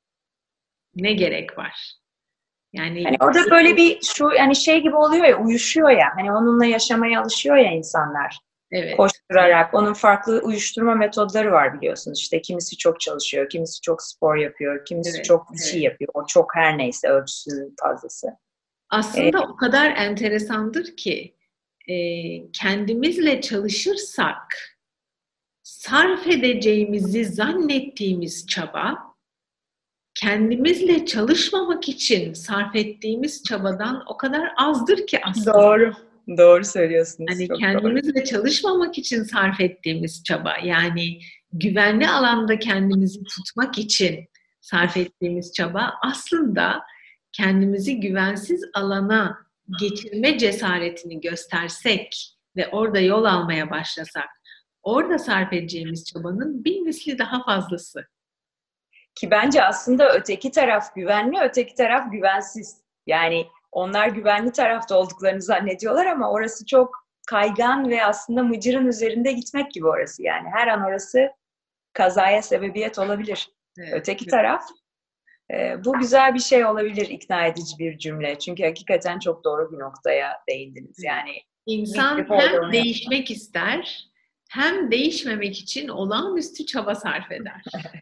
Ne gerek var? Yani hani orada böyle bir şu yani şey gibi oluyor ya, uyuşuyor ya. Hani onunla yaşamaya alışıyor ya insanlar. evet. Koşturarak. Onun farklı uyuşturma metodları var biliyorsunuz. İşte kimisi çok çalışıyor, kimisi çok spor yapıyor, kimisi Evet, çok bir evet. şey yapıyor. O çok her neyse ölçüsünün fazlası. Aslında ee, o kadar enteresandır ki e, kendimizle çalışırsak sarf edeceğimizi zannettiğimiz çaba kendimizle çalışmamak için sarf ettiğimiz çabadan o kadar azdır ki aslında. Doğru. Doğru söylüyorsunuz. Hani çok kendimizle doğru. çalışmamak için sarf ettiğimiz çaba, yani güvenli alanda kendimizi tutmak için sarf ettiğimiz çaba aslında kendimizi güvensiz alana geçirme cesaretini göstersek ve orada yol almaya başlasak, orada sarf edeceğimiz çabanın bin misli daha fazlası. Ki bence aslında öteki taraf güvenli, öteki taraf güvensiz. Yani onlar güvenli tarafta olduklarını zannediyorlar ama orası çok kaygan ve aslında mıcırın üzerinde gitmek gibi orası. Yani her an orası kazaya sebebiyet olabilir. Evet, öteki evet. taraf, e, bu güzel bir şey olabilir, ikna edici bir cümle. Çünkü hakikaten çok doğru bir noktaya değindiniz. Yani İnsan hem değişmek ister, hem değişmemek için olağanüstü çaba sarf eder.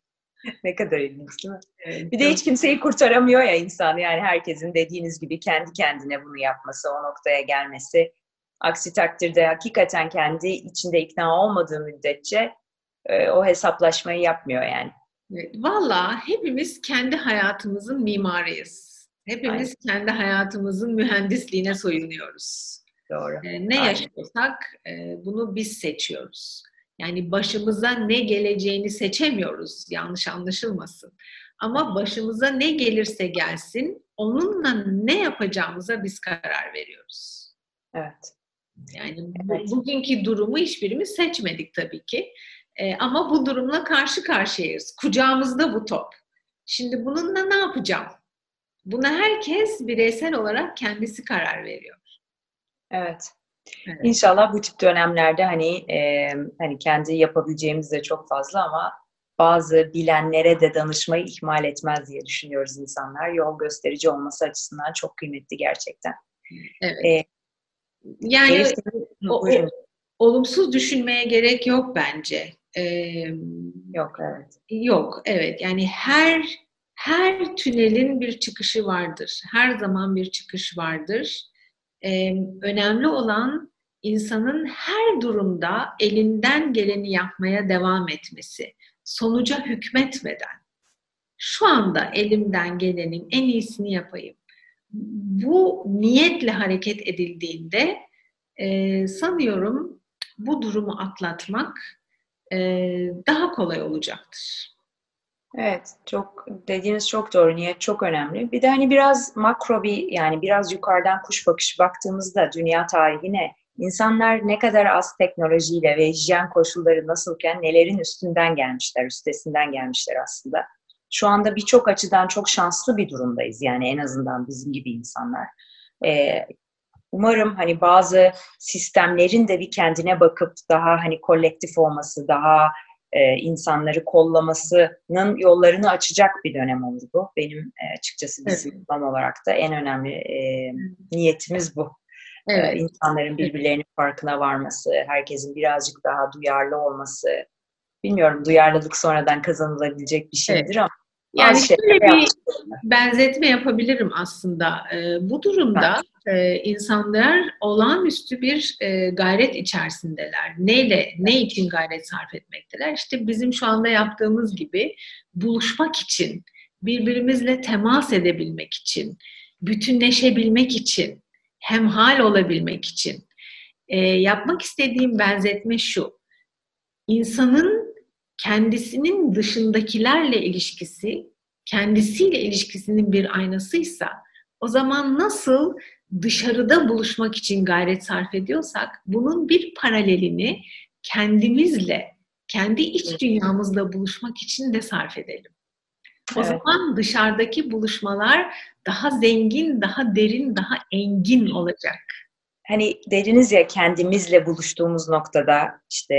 Ne kadar ilginç değil mi? Evet, bir de hiç kimseyi kurtaramıyor ya insan. Yani herkesin dediğiniz gibi kendi kendine bunu yapması, o noktaya gelmesi. Aksi takdirde hakikaten kendi içinde ikna olmadığı müddetçe e, o hesaplaşmayı yapmıyor yani. Evet, vallahi hepimiz kendi hayatımızın mimarıyız. Hepimiz Aynen. kendi hayatımızın mühendisliğine soyunuyoruz. Doğru. E, ne Aynen. yaşıyorsak e, bunu biz seçiyoruz. Yani başımıza ne geleceğini seçemiyoruz, yanlış anlaşılmasın. Ama başımıza ne gelirse gelsin, onunla ne yapacağımıza biz karar veriyoruz. Evet. Yani bu, evet. bugünkü durumu hiçbirimiz seçmedik tabii ki. Ee, ama bu durumla karşı karşıyayız. Kucağımızda bu top. Şimdi bununla ne yapacağım? Buna herkes bireysel olarak kendisi karar veriyor. Evet. Evet. İnşallah bu tip dönemlerde hani e, hani kendi yapabileceğimiz de çok fazla ama bazı bilenlere de danışmayı ihmal etmez diye düşünüyoruz insanlar. Yol gösterici olması açısından çok kıymetli gerçekten. Evet. E, yani Elif, o, o, olumsuz düşünmeye gerek yok bence. Ee, yok evet. Yok evet. Yani her her tünelin bir çıkışı vardır. Her zaman bir çıkış vardır. Ee, önemli olan insanın her durumda elinden geleni yapmaya devam etmesi. Sonuca hükmetmeden. Şu anda elimden gelenin en iyisini yapayım. Bu niyetle hareket edildiğinde e, sanıyorum bu durumu atlatmak e, daha kolay olacaktır. Evet, çok dediğiniz çok doğru. Niyet çok önemli. Bir de hani biraz makro bir yani biraz yukarıdan kuş bakışı baktığımızda dünya tarihine insanlar ne kadar az teknolojiyle ve hijyen koşulları nasılken nelerin üstünden gelmişler, üstesinden gelmişler aslında. Şu anda birçok açıdan çok şanslı bir durumdayız yani en azından bizim gibi insanlar. Ee, umarım hani bazı sistemlerin de bir kendine bakıp daha hani kolektif olması, daha e, insanları kollamasının yollarını açacak bir dönem olur bu. Benim e, açıkçası bizim evet. olarak da en önemli e, niyetimiz bu. Evet. E, insanların birbirlerinin farkına varması, herkesin birazcık daha duyarlı olması. Bilmiyorum, duyarlılık sonradan kazanılabilecek bir şeydir evet. ama yani şöyle bir benzetme yapabilirim aslında. Ee, bu durumda e, insanlar olağanüstü bir e, gayret içerisindeler. Neyle, ne için gayret sarf etmekteler? İşte bizim şu anda yaptığımız gibi buluşmak için, birbirimizle temas edebilmek için, bütünleşebilmek için, hemhal olabilmek için. E, yapmak istediğim benzetme şu. İnsanın kendisinin dışındakilerle ilişkisi, kendisiyle ilişkisinin bir aynasıysa, o zaman nasıl dışarıda buluşmak için gayret sarf ediyorsak, bunun bir paralelini kendimizle, kendi iç dünyamızla buluşmak için de sarf edelim. O evet. zaman dışarıdaki buluşmalar daha zengin, daha derin, daha engin olacak. Hani dediniz ya kendimizle buluştuğumuz noktada işte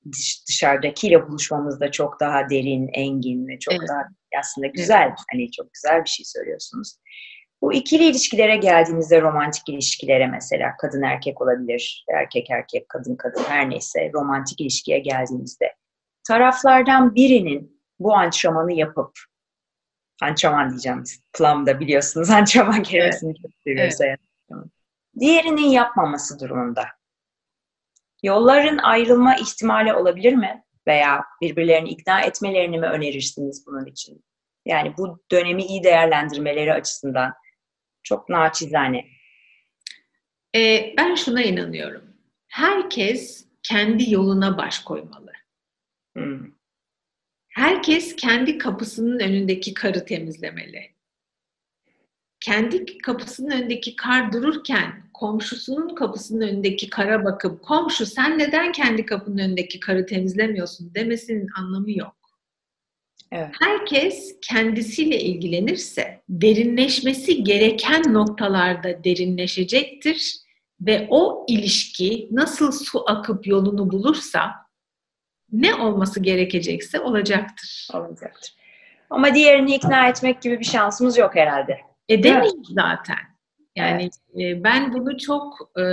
dış, dışarıdakiyle buluşmamız da çok daha derin, engin ve çok Evet. daha aslında güzel. Evet. Hani çok güzel bir şey söylüyorsunuz. Bu ikili ilişkilere geldiğimizde, romantik ilişkilere mesela, kadın erkek olabilir, erkek erkek, kadın kadın, her neyse romantik ilişkiye geldiğimizde taraflardan birinin bu antrenmanı yapıp, antrenman diyeceğim, plum'da biliyorsunuz antrenman kelimesini evet. çok seviyoruz. Evet. Diğerinin yapmaması durumunda yolların ayrılma ihtimali olabilir mi? Veya birbirlerini ikna etmelerini mi önerirsiniz bunun için? Yani bu dönemi iyi değerlendirmeleri açısından çok naçizane. Ee, ben şuna inanıyorum. Herkes kendi yoluna baş koymalı. Hmm. Herkes kendi kapısının önündeki karı temizlemeli. Kendi kapısının önündeki kar dururken komşusunun kapısının önündeki kara bakıp komşu sen neden kendi kapının önündeki karı temizlemiyorsun demesinin anlamı yok. Evet. Herkes kendisiyle ilgilenirse derinleşmesi gereken noktalarda derinleşecektir ve o ilişki nasıl su akıp yolunu bulursa ne olması gerekecekse olacaktır. Olacaktır. Ama diğerini ikna etmek gibi bir şansımız yok herhalde. Edemeyiz zaten. Yani evet. e, ben bunu çok e,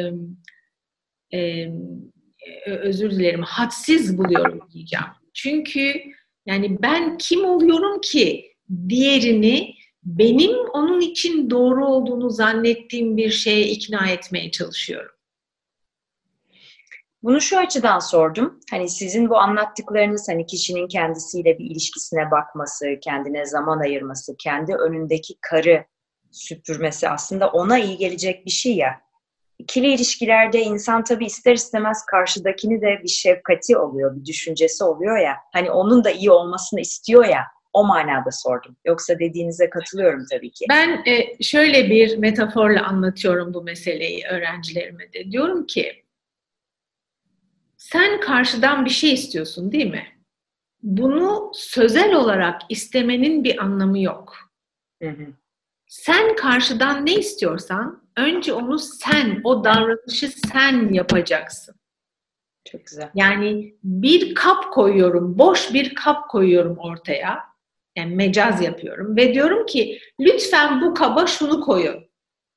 e, özür dilerim hadsiz buluyorum diyeceğim. Çünkü yani ben kim oluyorum ki diğerini benim onun için doğru olduğunu zannettiğim bir şeye ikna etmeye çalışıyorum. Bunu şu açıdan sordum. Hani sizin bu anlattıklarınız hani kişinin kendisiyle bir ilişkisine bakması, kendine zaman ayırması, kendi önündeki karı süpürmesi aslında ona iyi gelecek bir şey ya. İkili ilişkilerde insan tabii ister istemez karşıdakini de bir şefkati oluyor, bir düşüncesi oluyor ya. Hani onun da iyi olmasını istiyor ya. O manada sordum. Yoksa dediğinize katılıyorum tabii ki. Ben e, şöyle bir metaforla anlatıyorum bu meseleyi öğrencilerime de. Diyorum ki sen karşıdan bir şey istiyorsun değil mi? Bunu sözel olarak istemenin bir anlamı yok. Hı hı. Sen karşıdan ne istiyorsan önce onu sen, o davranışı sen yapacaksın. Çok güzel. Yani bir kap koyuyorum, boş bir kap koyuyorum ortaya. Yani mecaz yapıyorum ve diyorum ki lütfen bu kaba şunu koyun.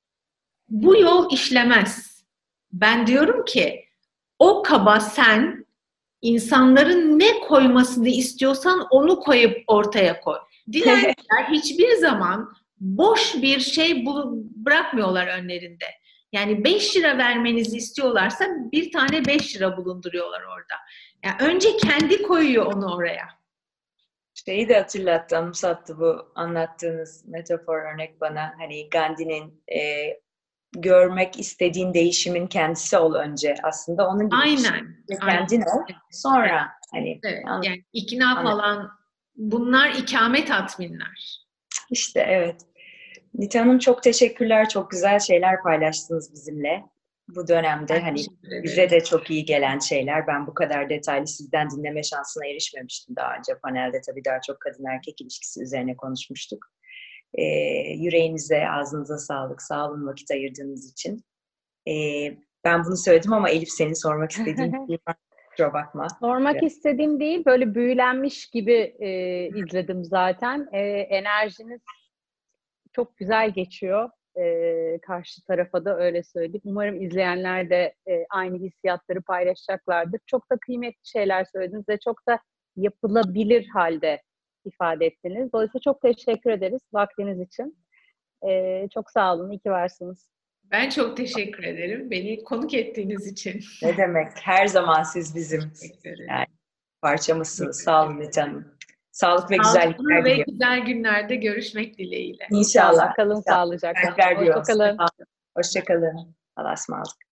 Bu yol işlemez. Ben diyorum ki o kaba sen insanların ne koymasını istiyorsan onu koyup ortaya koy. Dilenciler hiçbir zaman boş bir şey bırakmıyorlar önlerinde. Yani beş lira vermenizi istiyorlarsa bir tane beş lira bulunduruyorlar orada. Yani önce kendi koyuyor onu oraya. Şeyi de hatırlattı, anımsattı bu anlattığınız metafor örnek bana. Hani Gandhi'nin e, görmek istediğin değişimin kendisi ol önce. Aslında onun gibi aynen, bir şey. aynen. Kendin ol, sonra evet. Hani evet. Yani ikna anladım. Falan bunlar ikamet tatminler. İşte evet. Nita Hanım çok teşekkürler. Çok güzel şeyler paylaştınız bizimle. Bu dönemde ben hani bize de çok iyi gelen şeyler. Ben bu kadar detaylı sizden dinleme şansına erişmemiştim daha önce. Panelde tabii daha çok kadın erkek ilişkisi üzerine konuşmuştuk. Ee, yüreğinize, ağzınıza sağlık. Sağ olun vakit ayırdığınız için. Ee, ben bunu söyledim ama Elif senin sormak istediğin bir şey var. Kusura bakma. Sormak evet. istediğim değil. Böyle büyülenmiş gibi e, izledim zaten. E, enerjiniz çok güzel geçiyor. Ee, karşı tarafa da öyle söyleyeyim. Umarım izleyenler de e, aynı hissiyatları paylaşacaklardır. Çok da kıymetli şeyler söylediniz ve çok da yapılabilir halde ifade ettiniz. Dolayısıyla çok teşekkür ederiz vaktiniz için. Ee, çok sağ olun, iyi ki varsınız. Ben çok teşekkür ederim. Beni konuk ettiğiniz için. Ne demek? Her zaman siz bizim yani parçamızsınız. Sağ olun Nita Hanım. Sağlık ve güzellikler ve güzel günlerde görüşmek dileğiyle. İnşallah. Kalın sağlıcakla. Hoşçakalın. Hoşçakalın. Allah'a ısmarladık.